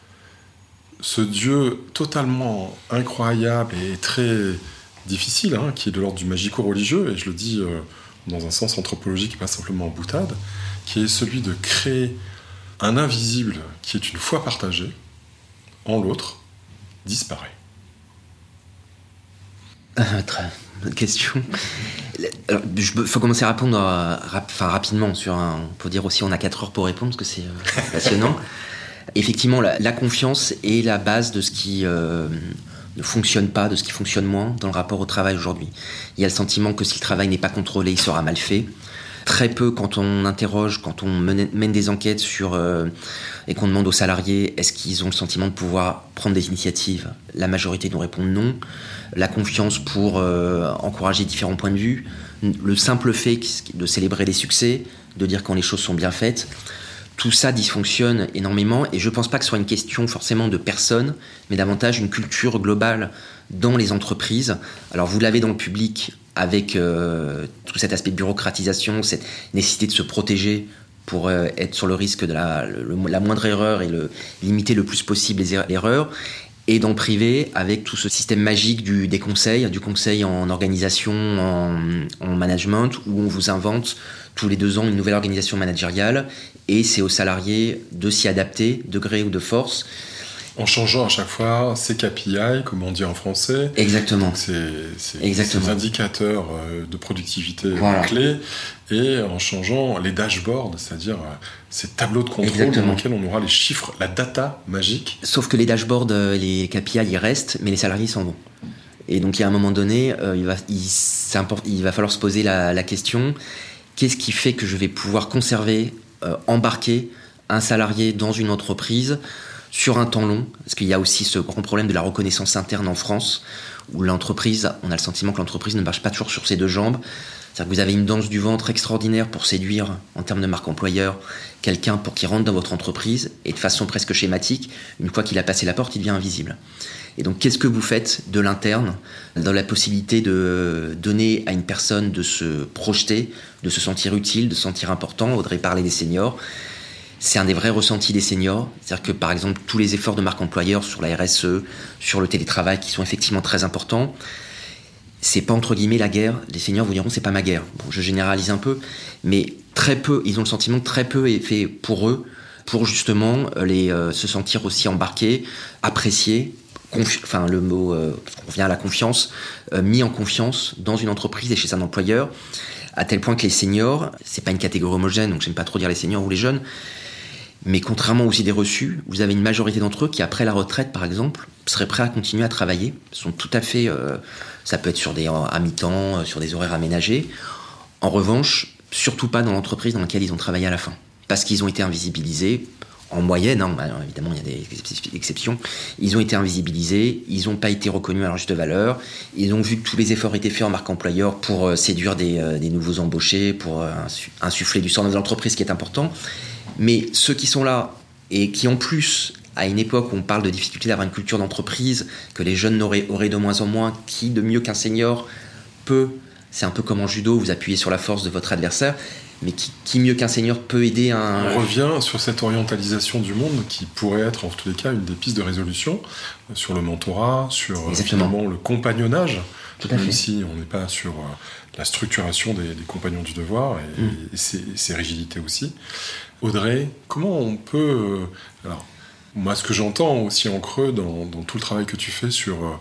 ce Dieu totalement incroyable et très difficile, hein, qui est de l'ordre du magico-religieux, et je le dis euh, dans un sens anthropologique et pas simplement en boutade, qui est celui de créer un invisible qui est une foi partagée en l'autre, disparaît. Euh, très bonne question. Il faut commencer à répondre à, rap, enfin, rapidement sur un... On peut dire aussi on a quatre heures pour répondre parce que c'est euh, passionnant. Effectivement, la, la confiance est la base de ce qui euh, ne fonctionne pas, de ce qui fonctionne moins dans le rapport au travail aujourd'hui. Il y a le sentiment que si le travail n'est pas contrôlé, il sera mal fait. Très peu, quand on interroge, quand on mène, mène des enquêtes sur, euh, et qu'on demande aux salariés est-ce qu'ils ont le sentiment de pouvoir prendre des initiatives, la majorité nous répondent non. La confiance pour euh, encourager différents points de vue, le simple fait de célébrer les succès, de dire quand les choses sont bien faites, tout ça dysfonctionne énormément et je ne pense pas que ce soit une question forcément de personnes, mais davantage une culture globale dans les entreprises. Alors vous l'avez dans le public avec euh, tout cet aspect de bureaucratisation, cette nécessité de se protéger pour euh, être sur le risque de la, le, la moindre erreur et le, limiter le plus possible les erreurs. Et dans le privé, avec tout ce système magique du, des conseils, du conseil en organisation, en, en management, où on vous invente tous les deux ans une nouvelle organisation managériale, et c'est aux salariés de s'y adapter, de gré ou de force. En changeant à chaque fois ses K P I, comme on dit en français. Exactement. Donc c'est, c'est, Exactement. Ces indicateurs de productivité voilà. clés, et en changeant les dashboards, c'est-à-dire ces tableaux de contrôle Exactement. Dans lesquels on aura les chiffres, la data magique. Sauf que les dashboards, les K P I, ils restent, mais les salariés s'en vont. Et donc, à un moment donné, euh, il, va, il, c'est import- il va falloir se poser la, la question, qu'est-ce qui fait que je vais pouvoir conserver, euh, embarquer un salarié dans une entreprise sur un temps long, parce qu'il y a aussi ce grand problème de la reconnaissance interne en France, où l'entreprise, on a le sentiment que l'entreprise ne marche pas toujours sur ses deux jambes. C'est-à-dire que vous avez une danse du ventre extraordinaire pour séduire, en termes de marque employeur, quelqu'un pour qu'il rentre dans votre entreprise, et de façon presque schématique, une fois qu'il a passé la porte, il devient invisible. Et donc, qu'est-ce que vous faites de l'interne, dans la possibilité de donner à une personne de se projeter, de se sentir utile, de se sentir important? Audrey parlait des seniors. C'est un des vrais ressentis des seniors. C'est-à-dire que, par exemple, tous les efforts de marque employeur sur la R S E, sur le télétravail, qui sont effectivement très importants, c'est pas entre guillemets la guerre. Les seniors vous diront c'est pas ma guerre. Bon, je généralise un peu, mais très peu, ils ont le sentiment que très peu est fait pour eux, pour justement les, euh, se sentir aussi embarqués, appréciés, confi- enfin le mot, euh, parce qu'on revient à la confiance, euh, mis en confiance dans une entreprise et chez un employeur, à tel point que les seniors, c'est pas une catégorie homogène, donc j'aime pas trop dire les seniors ou les jeunes, mais contrairement aux idées reçues, vous avez une majorité d'entre eux qui, après la retraite, par exemple, seraient prêts à continuer à travailler, sont tout à fait... Euh, ça peut être sur des, à mi-temps, sur des horaires aménagés. En revanche, surtout pas dans l'entreprise dans laquelle ils ont travaillé à la fin. parce qu'ils ont été invisibilisés. En moyenne, hein, alors évidemment il y a des exceptions, ils ont été invisibilisés, ils n'ont pas été reconnus à leur juste valeur, ils ont vu que tous les efforts étaient faits en marque employeur pour euh, séduire des, euh, des nouveaux embauchés, pour euh, insuffler du sang dans l'entreprise, ce qui est important. Mais ceux qui sont là et qui en plus, à une époque où on parle de difficulté d'avoir une culture d'entreprise, que les jeunes auraient, auraient de moins en moins, qui de mieux qu'un senior peut, c'est un peu comme en judo, vous appuyez sur la force de votre adversaire, mais qui, qui mieux qu'un senior peut aider un... On revient sur cette orientalisation du monde qui pourrait être en tous les cas une des pistes de résolution, sur le mentorat, sur euh, finalement le compagnonnage, Tout à même fait. si on n'est pas sur euh, la structuration des, des compagnons du devoir et, Mm. et ses, ses rigidités aussi. Audrey, comment on peut... Euh, alors, moi ce que j'entends aussi en creux dans, dans tout le travail que tu fais sur... Euh,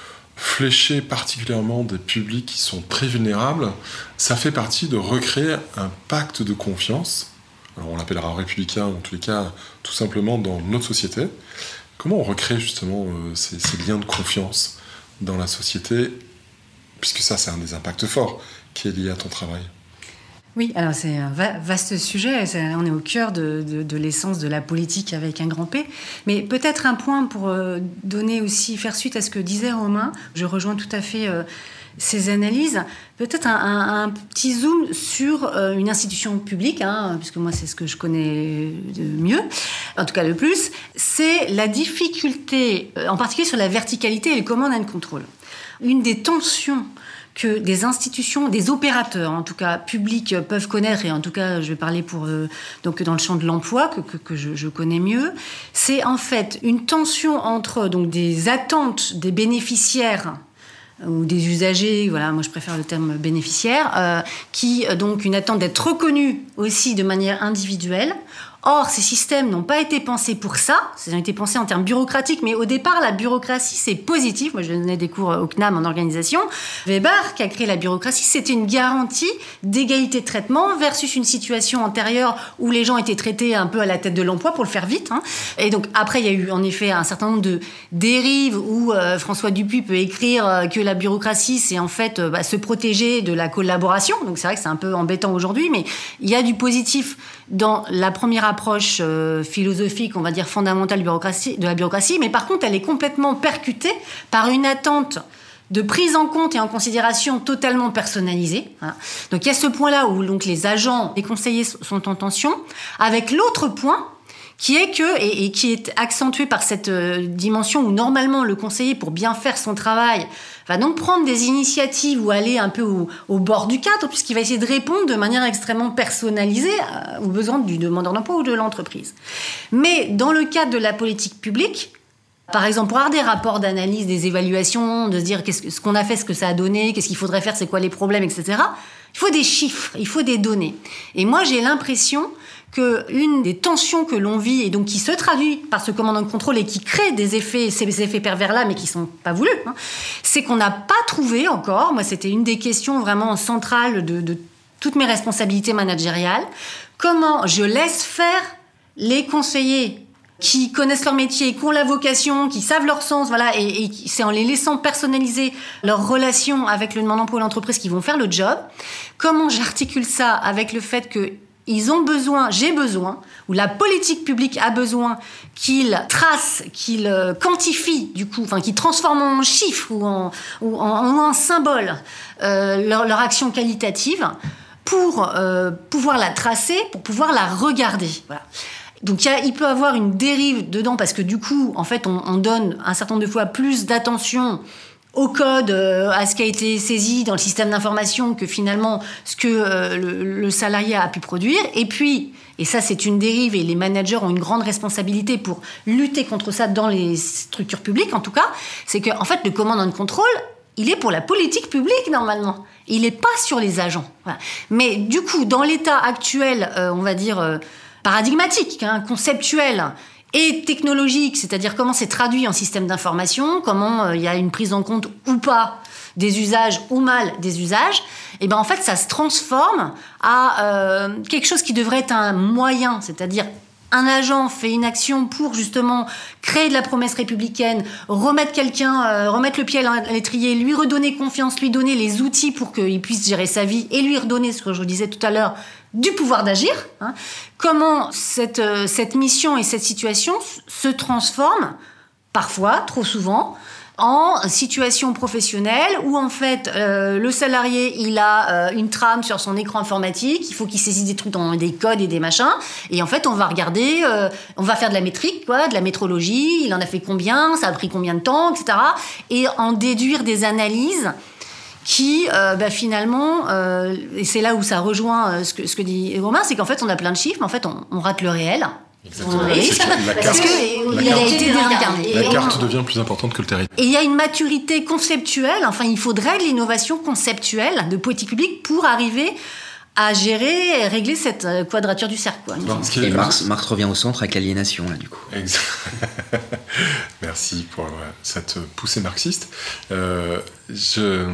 flécher particulièrement des publics qui sont très vulnérables, ça fait partie de recréer un pacte de confiance. Alors on l'appellera républicain, en tous les cas, tout simplement dans notre société. Comment on recrée justement euh, ces, ces liens de confiance dans la société, puisque ça, c'est un des impacts forts qui est lié à ton travail. Oui, alors c'est un va- vaste sujet, c'est, on est au cœur de, de, de l'essence de la politique avec un grand P. Mais peut-être un point pour euh, donner aussi, faire suite à ce que disait Romain, je rejoins tout à fait euh, ses analyses, peut-être un, un, un petit zoom sur euh, une institution publique, hein, puisque moi c'est ce que je connais de mieux, en tout cas le plus, c'est la difficulté, euh, en particulier sur la verticalité et le command and control. Une des tensions que des institutions, des opérateurs, en tout cas publics, peuvent connaître, et en tout cas, je vais parler pour euh, donc dans le champ de l'emploi que, que, que je, je connais mieux, c'est en fait une tension entre donc des attentes des bénéficiaires ou des usagers, voilà, moi je préfère le terme bénéficiaire, euh, qui donc une attente d'être reconnus aussi de manière individuelle. Or, ces systèmes n'ont pas été pensés pour ça. Ils ont été pensés en termes bureaucratiques, mais au départ, la bureaucratie, c'est positif. Moi, je donnais des cours au C N A M en organisation. Weber, qui a créé la bureaucratie, c'était une garantie d'égalité de traitement versus une situation antérieure où les gens étaient traités un peu à la tête de l'emploi, pour le faire vite. Hein. Et donc, après, il y a eu en effet un certain nombre de dérives où euh, François Dupuis peut écrire euh, que la bureaucratie, c'est en fait euh, bah, se protéger de la collaboration. Donc, c'est vrai que c'est un peu embêtant aujourd'hui, mais il y a du positif dans la première approche euh, philosophique, on va dire fondamentale bureaucratie, de la bureaucratie, mais par contre, elle est complètement percutée par une attente de prise en compte et en considération totalement personnalisée. Hein. Donc il y a ce point-là où donc, les agents, les conseillers sont en tension, avec l'autre point qui est que, et, et qui est accentué par cette euh, dimension où normalement le conseiller, pour bien faire son travail, va donc prendre des initiatives ou aller un peu au, au bord du cadre, puisqu'il va essayer de répondre de manière extrêmement personnalisée euh, aux besoins du demandeur d'emploi ou de l'entreprise. Mais dans le cadre de la politique publique, par exemple, pour avoir des rapports d'analyse, des évaluations, de se dire qu'est-ce que, ce qu'on a fait, ce que ça a donné, qu'est-ce qu'il faudrait faire, c'est quoi les problèmes, et cetera, il faut des chiffres, il faut des données. Et moi, j'ai l'impression qu'une des tensions que l'on vit, et donc qui se traduit par ce commandant de contrôle et qui crée des effets, ces effets pervers-là, mais qui ne sont pas voulus, hein, c'est qu'on n'a pas trouvé encore, moi c'était une des questions vraiment centrales de, de toutes mes responsabilités managériales, comment je laisse faire les conseillers qui connaissent leur métier, qui ont la vocation, qui savent leur sens, voilà, et, et c'est en les laissant personnaliser leur relation avec le demandant d'emploi ou l'entreprise qu'ils vont faire le job. Comment j'articule ça avec le fait que ils ont besoin, j'ai besoin, ou la politique publique a besoin qu'ils tracent, qu'ils quantifient, du coup, enfin qu'ils transforment en chiffres ou en, ou en, ou en symboles euh, leur, leur action qualitative pour euh, pouvoir la tracer, pour pouvoir la regarder. Voilà. Donc il, y a, il peut avoir une dérive dedans parce que du coup, en fait, on, on donne un certain nombre de fois plus d'attention au code, euh, à ce qui a été saisi dans le système d'information que finalement ce que euh, le, le salarié a pu produire. Et puis, et ça c'est une dérive et les managers ont une grande responsabilité pour lutter contre ça dans les structures publiques en tout cas, c'est que en fait le command and control, il est pour la politique publique normalement. Il n'est pas sur les agents. Voilà. Mais du coup, dans l'état actuel, euh, on va dire euh, paradigmatique, hein, conceptuel, et technologique, c'est-à-dire comment c'est traduit en système d'information, comment il euh, y a une prise en compte ou pas des usages ou mal des usages, et ben en fait ça se transforme à euh, quelque chose qui devrait être un moyen, c'est-à-dire un agent fait une action pour justement créer de la promesse républicaine, remettre quelqu'un, euh, remettre le pied à l'étrier, lui redonner confiance, lui donner les outils pour qu'il puisse gérer sa vie et lui redonner, ce que je vous disais tout à l'heure, du pouvoir d'agir, hein, comment cette, euh, cette mission et cette situation se transforment, parfois, trop souvent, en situation professionnelle où en fait euh, le salarié il a euh, une trame sur son écran informatique, il faut qu'il saisisse des trucs dans des codes et des machins, et en fait on va regarder, euh, on va faire de la métrique, quoi, de la métrologie, il en a fait combien, ça a pris combien de temps, et cetera. Et en déduire des analyses qui euh, bah, finalement, euh, et c'est là où ça rejoint euh, ce, que, ce que dit Romain, c'est qu'en fait on a plein de chiffres, mais en fait on, on rate le réel. Exactement. Oui, La parce carte, que la il a carte, été désincarné. la carte devient plus importante que le territoire. Et il y a une maturité conceptuelle, enfin il faudrait de l'innovation conceptuelle de politique publique pour arriver à gérer et régler cette quadrature du cercle. Quoi. Non, Et Marx, Marx revient au centre avec l'aliénation, là, du coup. Exact. Merci pour ouais, cette poussée marxiste. Euh, je...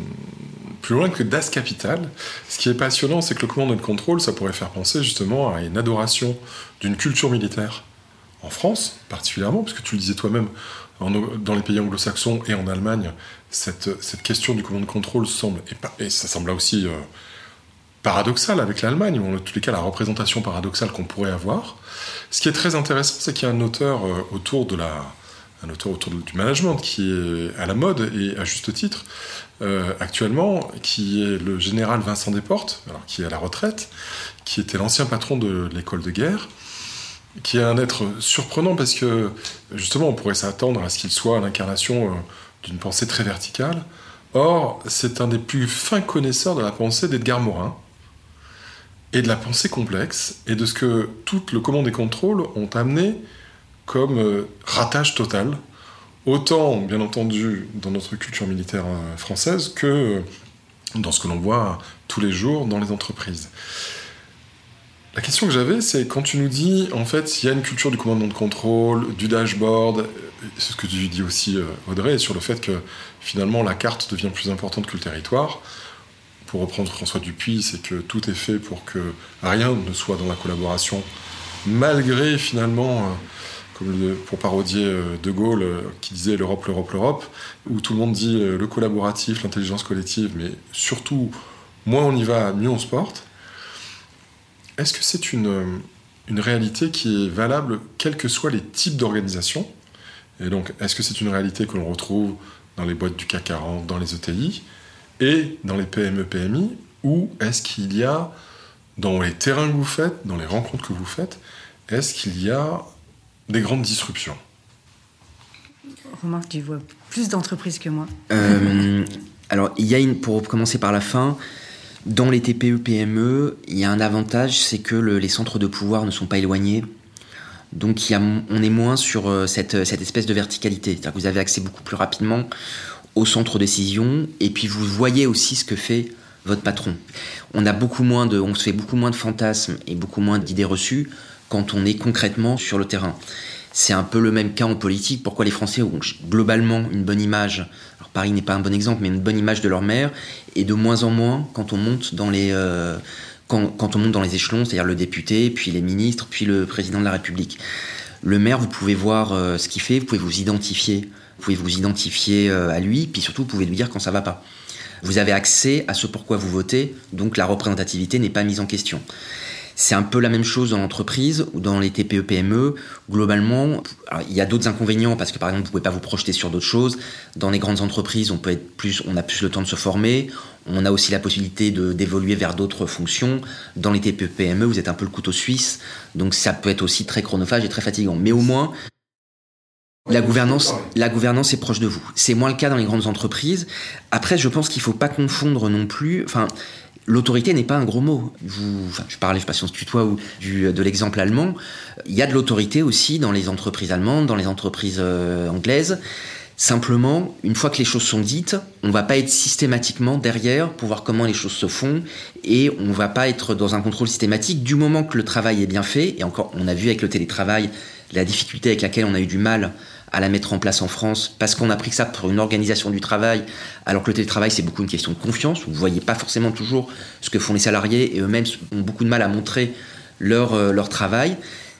Plus loin que Das Kapital, ce qui est passionnant, c'est que le command and control, ça pourrait faire penser justement à une adoration d'une culture militaire en France, particulièrement, parce que tu le disais toi-même, en, dans les pays anglo-saxons et en Allemagne, cette, cette question du command and control semble, et, pas, et ça semble là aussi euh, paradoxal avec l'Allemagne, ou en tous les cas la représentation paradoxale qu'on pourrait avoir. Ce qui est très intéressant, c'est qu'il y a un auteur euh, autour de la... un auteur autour du management qui est à la mode et à juste titre euh, actuellement, qui est le général Vincent Desportes, alors qui est à la retraite, qui était l'ancien patron de l'école de guerre, qui est un être surprenant parce que justement on pourrait s'attendre à ce qu'il soit l'incarnation euh, d'une pensée très verticale. Or, c'est un des plus fins connaisseurs de la pensée d'Edgar Morin et de la pensée complexe et de ce que tout le command et contrôle ont amené comme euh, ratage total, autant, bien entendu, dans notre culture militaire euh, française que euh, dans ce que l'on voit tous les jours dans les entreprises. La question que j'avais, c'est quand tu nous dis, en fait, il y a une culture du commandement de contrôle, du dashboard, c'est ce que tu dis aussi, euh, Audrey, sur le fait que, finalement, la carte devient plus importante que le territoire. Pour reprendre François Dupuis, c'est que tout est fait pour que rien ne soit dans la collaboration, malgré, finalement... Euh, comme le, pour parodier euh, De Gaulle euh, qui disait l'Europe, l'Europe, l'Europe, où tout le monde dit euh, le collaboratif, l'intelligence collective, mais surtout, moins on y va, mieux on se porte. Est-ce que c'est une, euh, une réalité qui est valable quels que soient les types d'organisations ? Et donc, est-ce que c'est une réalité que l'on retrouve dans les boîtes du C A C quarante, dans les E T I, et dans les P M E, P M I, ou est-ce qu'il y a, dans les terrains que vous faites, dans les rencontres que vous faites, est-ce qu'il y a des grandes disruptions? Romain, tu vois plus d'entreprises que moi. Euh, alors, il y a une, pour commencer par la fin, dans les T P E, P M E, il y a un avantage, c'est que le, les centres de pouvoir ne sont pas éloignés. Donc, il y a, on est moins sur euh, cette, cette espèce de verticalité. C'est-à-dire que vous avez accès beaucoup plus rapidement au centre de décision, et puis vous voyez aussi ce que fait votre patron. On a beaucoup moins de, on se fait beaucoup moins de fantasmes et beaucoup moins d'idées reçues quand on est concrètement sur le terrain. C'est un peu le même cas en politique. Pourquoi les Français ont globalement une bonne image, alors Paris n'est pas un bon exemple, mais une bonne image de leur maire, et de moins en moins quand on monte dans les, euh, quand, quand on monte dans les échelons, c'est-à-dire le député, puis les ministres, puis le président de la République. Le maire, vous pouvez voir euh, ce qu'il fait, vous pouvez vous identifier, vous pouvez vous identifier euh, à lui, puis surtout vous pouvez lui dire quand ça va pas. Vous avez accès à ce pourquoi vous votez, donc la représentativité n'est pas mise en question. C'est un peu la même chose dans l'entreprise ou dans les T P E P M E. Globalement, alors, il y a d'autres inconvénients parce que par exemple, vous pouvez pas vous projeter sur d'autres choses. Dans les grandes entreprises, on peut être plus, on a plus le temps de se former. On a aussi la possibilité de, d'évoluer vers d'autres fonctions. Dans les T P E P M E, vous êtes un peu le couteau suisse. Donc ça peut être aussi très chronophage et très fatigant. Mais au moins, la gouvernance, la gouvernance est proche de vous. C'est moins le cas dans les grandes entreprises. Après, je pense qu'il faut pas confondre non plus, enfin, l'autorité n'est pas un gros mot. Vous, enfin, je parlais, je sais pas si on se tutoie ou du, de l'exemple allemand. Il y a de l'autorité aussi dans les entreprises allemandes, dans les entreprises euh, anglaises. Simplement, une fois que les choses sont dites, on va pas être systématiquement derrière pour voir comment les choses se font et on va pas être dans un contrôle systématique du moment que le travail est bien fait. Et encore, on a vu avec le télétravail la difficulté avec laquelle on a eu du mal à la mettre en place en France, parce qu'on a pris ça pour une organisation du travail, alors que le télétravail, c'est beaucoup une question de confiance. Vous ne voyez pas forcément toujours ce que font les salariés, et eux-mêmes ont beaucoup de mal à montrer leur, euh, leur travail.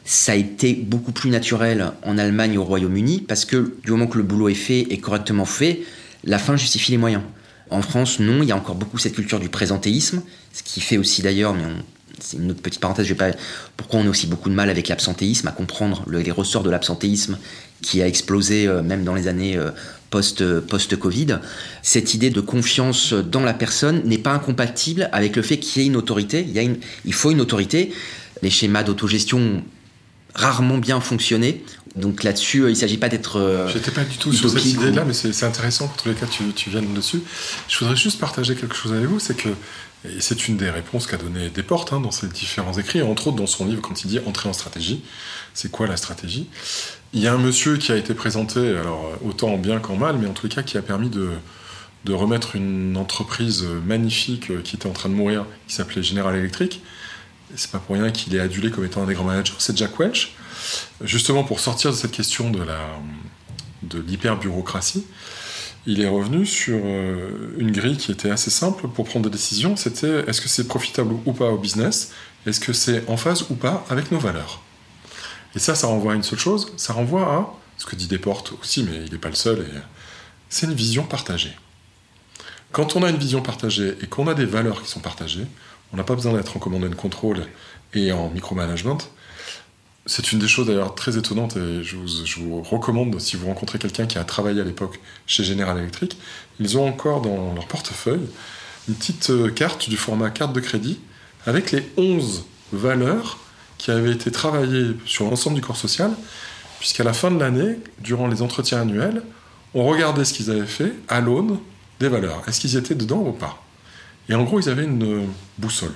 Ça a été beaucoup plus naturel en Allemagne et au Royaume-Uni, parce que du moment que le boulot est fait et correctement fait, la fin justifie les moyens. En France, non, il y a encore beaucoup cette culture du présentéisme, ce qui fait aussi d'ailleurs, mais on, c'est une autre petite parenthèse, je vais pas, pourquoi on a aussi beaucoup de mal avec l'absentéisme, à comprendre le, les ressorts de l'absentéisme qui a explosé euh, même dans les années euh, post, post-Covid. Cette idée de confiance dans la personne n'est pas incompatible avec le fait qu'il y ait une autorité. Il, y a une, il faut une autorité. Les schémas d'autogestion ont rarement bien fonctionné. Donc là-dessus, il ne s'agit pas d'être euh, J'étais pas du tout sur cette idée-là, mais c'est, c'est intéressant qu'en tous les cas tu, tu viennes dessus. Je voudrais juste partager quelque chose avec vous, c'est que, et c'est une des réponses qu'a donné Desportes hein, dans ses différents écrits, entre autres dans son livre quand il dit « Entrer en stratégie », c'est quoi la stratégie ? Il y a un monsieur qui a été présenté, alors autant en bien qu'en mal, mais en tous les cas qui a permis de, de remettre une entreprise magnifique qui était en train de mourir, qui s'appelait General Electric. Et c'est pas pour rien qu'il est adulé comme étant un des grands managers, c'est Jack Welch. Justement pour sortir de cette question de, la, de l'hyper-bureaucratie, il est revenu sur une grille qui était assez simple pour prendre des décisions. C'était est-ce que c'est profitable ou pas au business ? Est-ce que c'est en phase ou pas avec nos valeurs ? Et ça, ça renvoie à une seule chose, ça renvoie à ce que dit Desportes aussi, mais il n'est pas le seul, et c'est une vision partagée. Quand on a une vision partagée et qu'on a des valeurs qui sont partagées, on n'a pas besoin d'être en command and control et en micromanagement. C'est une des choses d'ailleurs très étonnantes et je vous, je vous recommande, si vous rencontrez quelqu'un qui a travaillé à l'époque chez General Electric, ils ont encore dans leur portefeuille une petite carte du format carte de crédit avec les onze valeurs qui avaient été travaillées sur l'ensemble du corps social, puisqu'à la fin de l'année, durant les entretiens annuels, on regardait ce qu'ils avaient fait à l'aune des valeurs. Est-ce qu'ils étaient dedans ou pas ? Et en gros, ils avaient une boussole.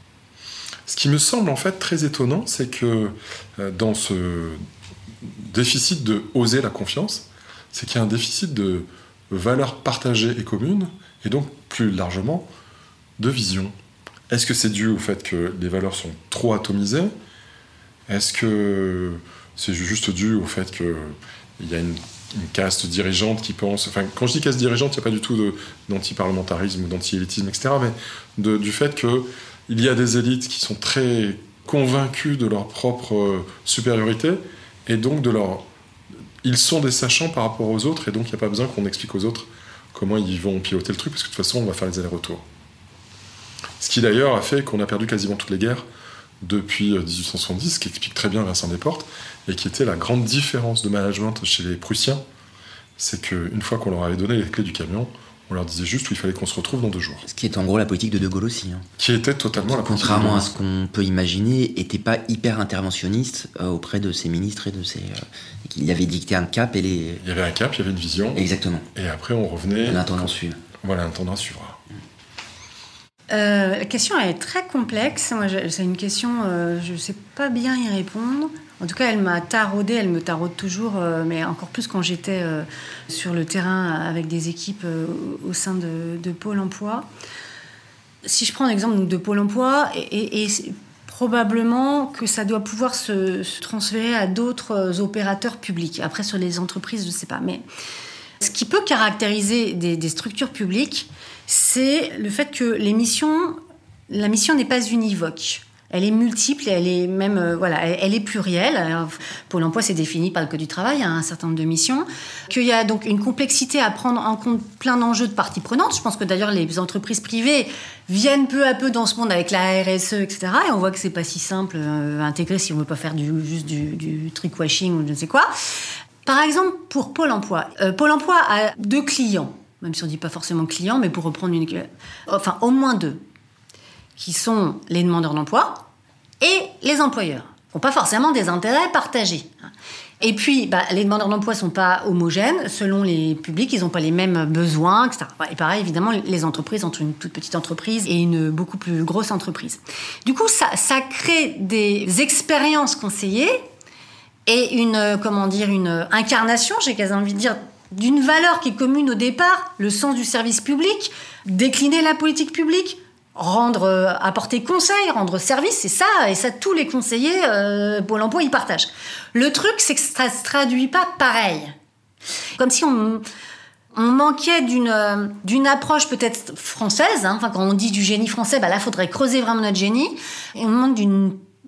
Ce qui me semble en fait très étonnant, c'est que dans ce déficit de oser la confiance, c'est qu'il y a un déficit de valeurs partagées et communes, et donc plus largement de vision. Est-ce que c'est dû au fait que les valeurs sont trop atomisées ? Est-ce que c'est juste dû au fait qu'il y a une, une caste dirigeante qui pense... Enfin, quand je dis caste dirigeante, il n'y a pas du tout de, d'anti-parlementarisme ou d'anti-élitisme, et cetera, mais de, du fait qu'il y a des élites qui sont très convaincus de leur propre supériorité, et donc de leur... Ils sont des sachants par rapport aux autres, et donc il n'y a pas besoin qu'on explique aux autres comment ils vont piloter le truc, parce que de toute façon, on va faire les allers-retours. Ce qui d'ailleurs a fait qu'on a perdu quasiment toutes les guerres depuis dix-huit cent soixante-dix, ce qui explique très bien Vincent Desportes, et qui était la grande différence de management chez les Prussiens, c'est qu'une fois qu'on leur avait donné les clés du camion, on leur disait juste où il fallait qu'on se retrouve dans deux jours. Ce qui est en gros la politique de De Gaulle aussi. Hein. Qui était totalement la politique. Contrairement à ce qu'on peut imaginer, n'était pas hyper interventionniste euh, auprès de ses ministres et de ses... Euh, il avait dicté un cap et les... Il y avait un cap, il y avait une vision. Exactement. Et après on revenait... L'intendant suivre. Voilà, l'intendant suivra. Euh, la question est très complexe. Moi, je, c'est une question, euh, je ne sais pas bien y répondre. En tout cas, elle m'a taraudée, elle me taraude toujours, euh, mais encore plus quand j'étais euh, sur le terrain avec des équipes euh, au sein de, de Pôle emploi. Si je prends l'exemple de Pôle emploi, et, et, et probablement que ça doit pouvoir se, se transférer à d'autres opérateurs publics. Après, sur les entreprises, je ne sais pas. Mais ce qui peut caractériser des, des structures publiques, c'est le fait que les missions, la mission n'est pas univoque. Elle est multiple et elle est même, euh, voilà, elle, elle est plurielle. Alors, Pôle emploi, c'est défini par le Code du travail, il y a un certain nombre de missions. Qu'il y a donc une complexité à prendre en compte plein d'enjeux de parties prenantes. Je pense que d'ailleurs, les entreprises privées viennent peu à peu dans ce monde avec la R S E, et cetera. Et on voit que c'est pas si simple euh, à intégrer si on veut pas faire du, juste du, du trick-washing ou je ne sais quoi. Par exemple, pour Pôle emploi. Euh, Pôle emploi a deux clients. Même si on ne dit pas forcément clients, mais pour reprendre une... Enfin, au moins deux, qui sont les demandeurs d'emploi et les employeurs, qui n'ont pas forcément des intérêts partagés. Et puis, bah, les demandeurs d'emploi ne sont pas homogènes, selon les publics, ils n'ont pas les mêmes besoins, et cetera. Et pareil, évidemment, les entreprises, entre une toute petite entreprise et une beaucoup plus grosse entreprise. Du coup, ça, ça crée des expériences conseillées et une, comment dire, une incarnation, j'ai quasi envie de dire, d'une valeur qui est commune au départ, le sens du service public, décliner la politique publique, rendre, euh, apporter conseil, rendre service, c'est ça, et ça, tous les conseillers, euh, Pôle emploi, ils partagent. Le truc, c'est que ça ne se traduit pas pareil. Comme si on, on manquait d'une, euh, d'une approche peut-être française, hein, enfin, quand on dit du génie français, bah là, il faudrait creuser vraiment notre génie, et on manque d'une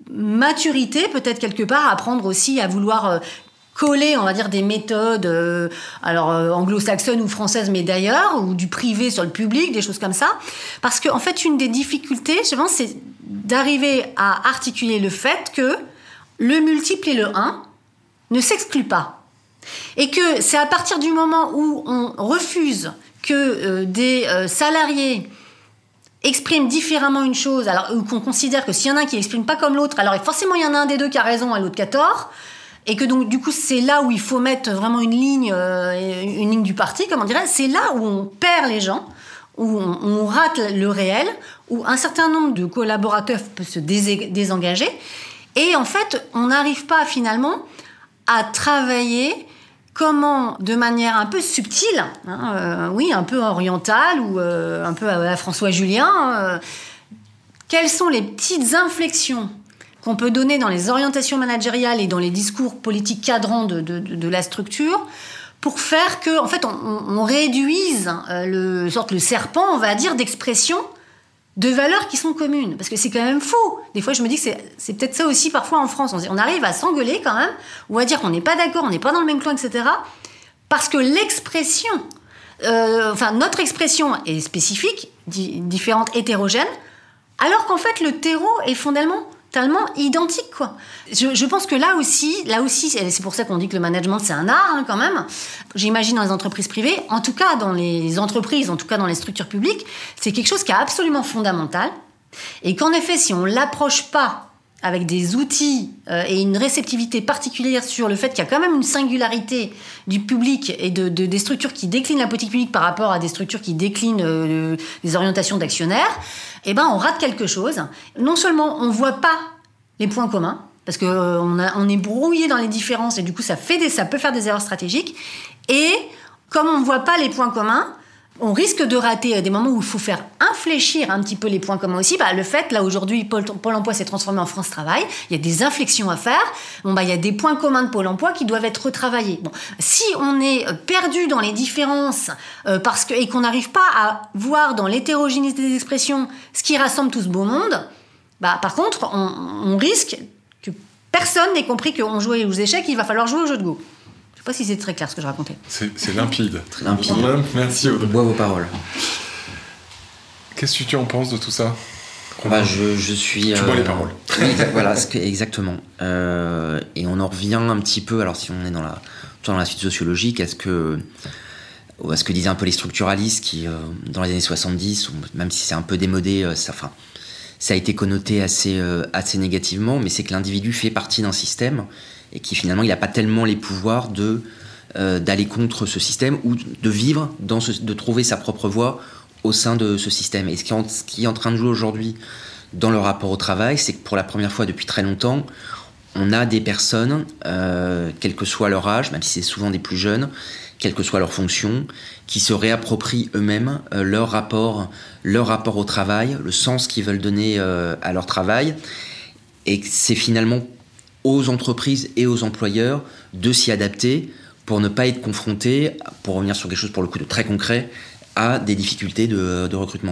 maturité, peut-être quelque part, à apprendre aussi à vouloir euh, coller, on va dire, des méthodes euh, alors euh, anglo-saxonnes ou françaises, mais d'ailleurs, ou du privé sur le public, des choses comme ça. Parce qu'en en fait, une des difficultés, je pense, c'est d'arriver à articuler le fait que le multiple et le un ne s'excluent pas. Et que c'est à partir du moment où on refuse que euh, des euh, salariés expriment différemment une chose, alors ou qu'on considère que s'il y en a un qui n'exprime pas comme l'autre, alors forcément il y en a un des deux qui a raison et l'autre qui a tort, et que donc du coup c'est là où il faut mettre vraiment une ligne, euh, une ligne du parti, comme on dirait, c'est là où on perd les gens, où on, on rate le réel, où un certain nombre de collaborateurs peuvent se dés- désengager, et en fait on n'arrive pas finalement à travailler comment, de manière un peu subtile, hein, euh, oui, un peu orientale ou euh, un peu à la François Julien, euh, quelles sont les petites inflexions qu'on peut donner dans les orientations managériales et dans les discours politiques cadrants de, de, de la structure pour faire que, en fait, on, on réduise euh, le, sorte le serpent, on va dire, d'expression de valeurs qui sont communes. Parce que c'est quand même fou. Des fois, je me dis que c'est, c'est peut-être ça aussi parfois en France. On, on arrive à s'engueuler quand même, ou à dire qu'on n'est pas d'accord, on n'est pas dans le même clan, et cetera. Parce que l'expression, euh, enfin notre expression est spécifique, di- différente, hétérogène, alors qu'en fait le terreau est fondamentalement tellement identique, quoi. Je, je pense que là aussi, là aussi, c'est pour ça qu'on dit que le management c'est un art, hein, quand même. J'imagine dans les entreprises privées, en tout cas dans les entreprises, en tout cas dans les structures publiques, c'est quelque chose qui est absolument fondamental. Et qu'en effet, si on l'approche pas avec des outils euh, et une réceptivité particulière sur le fait qu'il y a quand même une singularité du public et de, de, des structures qui déclinent la politique publique par rapport à des structures qui déclinent euh, les orientations d'actionnaires, eh ben on rate quelque chose. Non seulement on voit pas les points communs, parce qu'on euh, on est brouillé dans les différences et du coup ça, fait des, ça peut faire des erreurs stratégiques, et comme on ne voit pas les points communs, on risque de rater des moments où il faut faire infléchir un petit peu les points communs aussi. Bah, le fait, là, aujourd'hui, Pôle, Pôle emploi s'est transformé en France Travail. Il y a des inflexions à faire. Bon, bah, il y a des points communs de Pôle emploi qui doivent être retravaillés. Bon, si on est perdu dans les différences euh, parce que, et qu'on n'arrive pas à voir dans l'hétérogénéité des expressions ce qui rassemble tout ce beau monde, bah, par contre, on, on risque que personne n'ait compris qu'on jouait aux échecs, il va falloir jouer au jeu de Go. Je ne sais pas si c'est très clair ce que je racontais. C'est, c'est limpide. Très limpide. Merci Audrey. Je bois vos paroles. Qu'est-ce que tu en penses de tout ça? Bah, je, je suis. Tu euh, bois les paroles. Oui, voilà, exactement. Euh, et on en revient un petit peu. Alors, si on est dans la, dans la suite sociologique, est-ce que, à ce que disaient un peu les structuralistes qui, euh, dans les années soixante-dix, même si c'est un peu démodé, euh, ça, enfin, ça a été connoté assez, euh, assez négativement, mais c'est que l'individu fait partie d'un système et qui finalement il n'a pas tellement les pouvoirs de euh, d'aller contre ce système ou de vivre dans ce, de trouver sa propre voie au sein de ce système. Et ce qui est en, ce qui est en train de jouer aujourd'hui dans le rapport au travail, c'est que pour la première fois depuis très longtemps, on a des personnes, euh, quel que soit leur âge, même si c'est souvent des plus jeunes, quelle que soit leur fonction, qui se réapproprient eux-mêmes euh, leur rapport, leur rapport au travail, le sens qu'ils veulent donner euh, à leur travail, et c'est finalement aux entreprises et aux employeurs de s'y adapter pour ne pas être confrontés, pour revenir sur quelque chose pour le coup de très concret, à des difficultés de, de recrutement.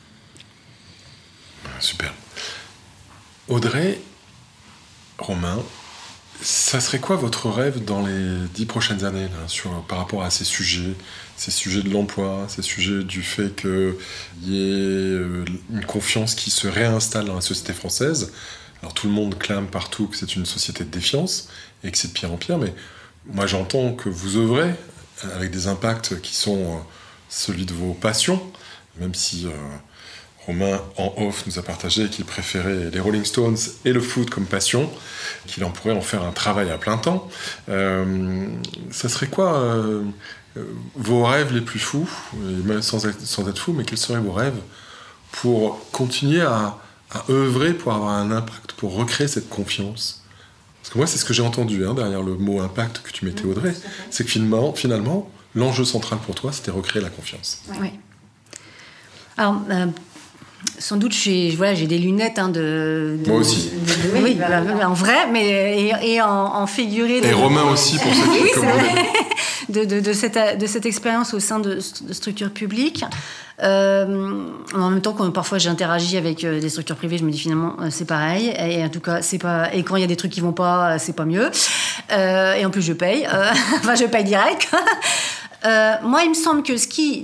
Super. Audrey, Romain, ça serait quoi votre rêve dans les dix prochaines années là, sur, par rapport à ces sujets, ces sujets de l'emploi, ces sujets du fait qu'il y ait une confiance qui se réinstalle dans la société française? Alors tout le monde clame partout que c'est une société de défiance et que c'est de pire en pire, mais moi j'entends que vous œuvrez avec des impacts qui sont euh, celui de vos passions, même si euh, Romain en off nous a partagé qu'il préférait les Rolling Stones et le foot comme passion, qu'il en pourrait en faire un travail à plein temps. Euh, ça serait quoi euh, vos rêves les plus fous, et même sans être, sans être fous, mais quels seraient vos rêves pour continuer à à œuvrer pour avoir un impact, pour recréer cette confiance? Parce que moi, c'est ce que j'ai entendu hein, derrière le mot impact que tu mettais, Audrey. C'est que finalement, finalement, l'enjeu central pour toi, c'était recréer la confiance. Oui. Alors, euh, sans doute, j'ai, voilà, j'ai des lunettes hein, de, de... Moi aussi. De, de, oui, voilà, en vrai, mais et, et en, en figuré. De... Et Romain aussi, pour ceux qui oui, commandent. de, de, de, cette, de cette expérience au sein de, de structures publiques. Euh, en même temps, quand parfois j'interagis avec des structures privées, je me dis finalement c'est pareil. Et en tout cas, c'est pas. Et quand il y a des trucs qui vont pas, c'est pas mieux. Euh, et en plus, je paye. Euh, enfin, je paye direct. euh, moi, il me semble que ce qui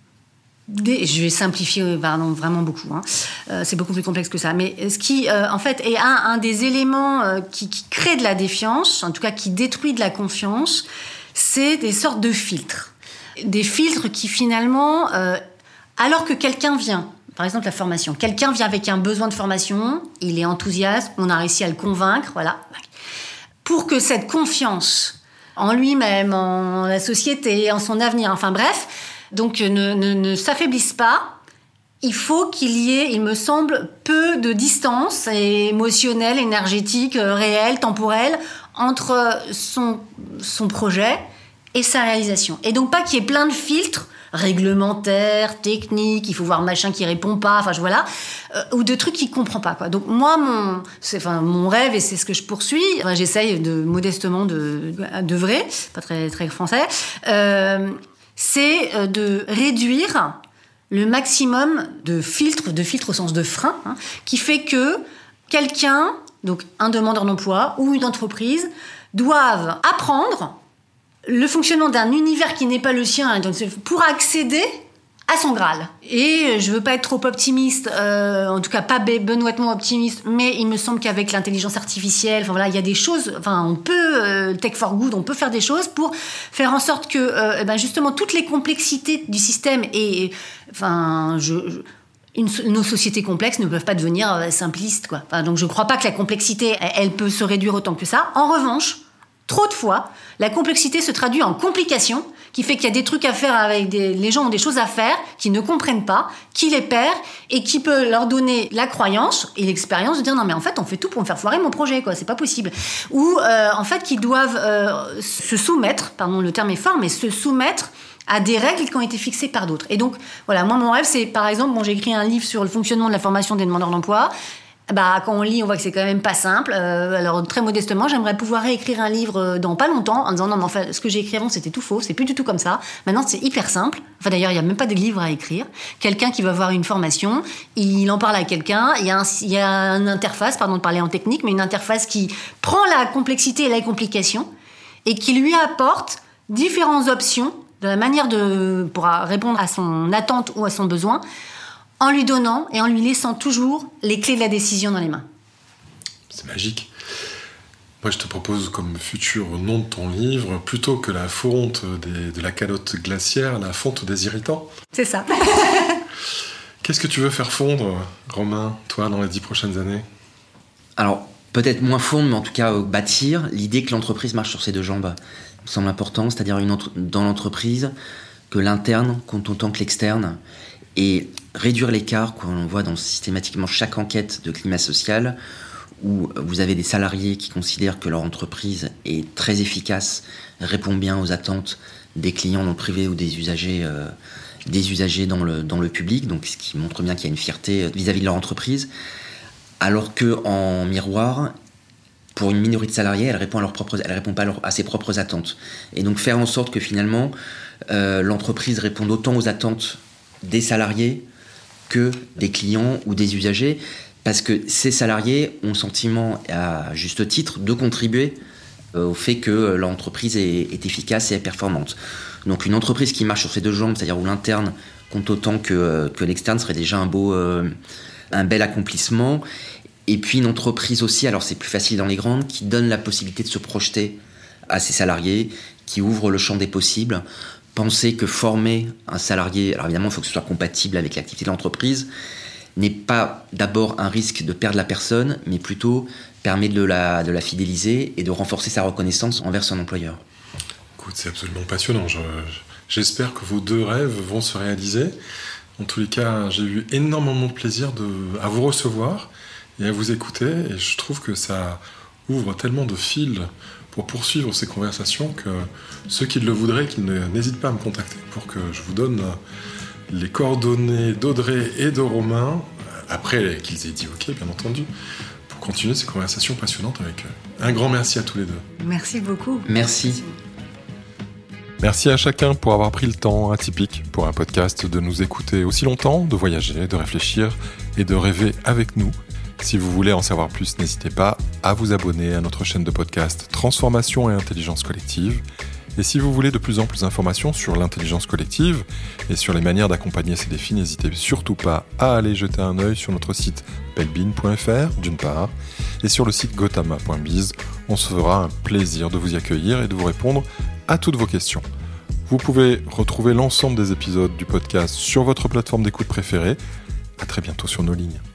Je vais simplifier pardon, vraiment beaucoup. Hein. Euh, c'est beaucoup plus complexe que ça. Mais ce qui, euh, en fait, est un, un des éléments euh, qui, qui crée de la défiance, en tout cas qui détruit de la confiance, c'est des sortes de filtres. Des filtres qui, finalement, euh, alors que quelqu'un vient, par exemple la formation, quelqu'un vient avec un besoin de formation, il est enthousiaste, on a réussi à le convaincre, voilà. Pour que cette confiance en lui-même, en la société, en son avenir, enfin bref, donc ne, ne, ne s'affaiblisse pas, il faut qu'il y ait, il me semble, peu de distance émotionnelle, énergétique, réelle, temporelle, entre son, son projet et sa réalisation. Et donc pas qu'il y ait plein de filtres réglementaires, techniques, il faut voir machin qui répond pas, enfin voilà, euh, ou de trucs qu'il comprend pas, quoi. Donc moi, mon, c'est, enfin, mon rêve, et c'est ce que je poursuis, enfin, j'essaye de, modestement de, d'œuvrer, pas très, très français, euh, c'est de réduire le maximum de filtres, de filtres au sens de frein, hein, qui fait que quelqu'un, donc un demandeur d'emploi ou une entreprise, doivent apprendre le fonctionnement d'un univers qui n'est pas le sien pour accéder à son Graal. Et je veux pas être trop optimiste, euh, en tout cas pas benoîtement optimiste, mais il me semble qu'avec l'intelligence artificielle, enfin voilà, il y a des choses, enfin on peut euh, tech for good, on peut faire des choses pour faire en sorte que, euh, ben justement, toutes les complexités du système et, enfin, je, je Une, nos sociétés complexes ne peuvent pas devenir euh, simplistes, quoi. Enfin, donc je crois pas que la complexité, elle, elle peut se réduire autant que ça. En revanche, trop de fois, la complexité se traduit en complications, qui fait qu'il y a des trucs à faire avec des... Les gens ont des choses à faire qu'ils ne comprennent pas, qui les perdent, et qui peut leur donner la croyance et l'expérience de dire non mais en fait on fait tout pour me faire foirer mon projet, quoi, c'est pas possible. Ou euh, en fait qu'ils doivent euh, se soumettre, pardon le terme est fort, mais se soumettre à des règles qui ont été fixées par d'autres. Et donc voilà, moi mon rêve c'est par exemple, bon j'ai écrit un livre sur le fonctionnement de la formation des demandeurs d'emploi. Bah, quand on lit, on voit que c'est quand même pas simple. Euh, alors, très modestement, j'aimerais pouvoir réécrire un livre dans pas longtemps en disant non, mais en fait, ce que j'ai écrit avant, c'était tout faux, c'est plus du tout comme ça. Maintenant, c'est hyper simple. Enfin, d'ailleurs, il n'y a même pas de livre à écrire. Quelqu'un qui va avoir une formation, il en parle à quelqu'un, il y a, un, il y a une interface, pardon de parler en technique, mais une interface qui prend la complexité et la complication et qui lui apporte différentes options de la manière de, pour répondre à son attente ou à son besoin, en lui donnant et en lui laissant toujours les clés de la décision dans les mains. C'est magique. Moi, je te propose comme futur nom de ton livre, plutôt que la fonte des, de la calotte glaciaire, la fonte des irritants. C'est ça. Qu'est-ce que tu veux faire fondre, Romain, toi, dans les dix prochaines années ? Alors, peut-être moins fondre, mais en tout cas euh, bâtir l'idée que l'entreprise marche sur ses deux jambes. Ça me semble important, c'est-à-dire une entre- dans l'entreprise, que l'interne compte autant que l'externe, et réduire l'écart qu'on voit dans systématiquement chaque enquête de climat social, où vous avez des salariés qui considèrent que leur entreprise est très efficace, répond bien aux attentes des clients dans le privé ou des usagers, euh, des usagers dans le, dans le public, donc ce qui montre bien qu'il y a une fierté vis-à-vis de leur entreprise, alors qu'en miroir, pour une minorité de salariés, elle répond à leurs propres, elle répond pas à, leur, à ses propres attentes. Et donc faire en sorte que finalement, euh, l'entreprise réponde autant aux attentes des salariés que des clients ou des usagers, parce que ces salariés ont le sentiment, à juste titre, de contribuer au fait que l'entreprise est, est efficace et est performante. Donc une entreprise qui marche sur ses deux jambes, c'est-à-dire où l'interne compte autant que, que l'externe, serait déjà un beau, euh, un bel accomplissement. Et puis une entreprise aussi, alors c'est plus facile dans les grandes, qui donne la possibilité de se projeter à ses salariés, qui ouvre le champ des possibles. Penser que former un salarié, alors évidemment il faut que ce soit compatible avec l'activité de l'entreprise, n'est pas d'abord un risque de perdre la personne, mais plutôt permet de la, de la fidéliser et de renforcer sa reconnaissance envers son employeur. Écoute, c'est absolument passionnant. Je, j'espère que vos deux rêves vont se réaliser. En tous les cas, j'ai eu énormément de plaisir de, à vous recevoir et à vous écouter, et je trouve que ça ouvre tellement de fils pour poursuivre ces conversations que ceux qui le voudraient, qu'ils ne, n'hésitent pas à me contacter pour que je vous donne les coordonnées d'Audrey et de Romain, après qu'ils aient dit OK, bien entendu, pour continuer ces conversations passionnantes avec eux. Un grand merci à tous les deux. Merci beaucoup. Merci. Merci. Merci à chacun pour avoir pris le temps atypique pour un podcast de nous écouter aussi longtemps, de voyager, de réfléchir et de rêver avec nous. Si vous voulez en savoir plus, n'hésitez pas à vous abonner à notre chaîne de podcast Transformation et Intelligence Collective. Et si vous voulez de plus en plus d'informations sur l'intelligence collective et sur les manières d'accompagner ces défis, n'hésitez surtout pas à aller jeter un œil sur notre site belbin point f r d'une part et sur le site gotama point biz. On se fera un plaisir de vous y accueillir et de vous répondre à toutes vos questions. Vous pouvez retrouver l'ensemble des épisodes du podcast sur votre plateforme d'écoute préférée. À très bientôt sur nos lignes.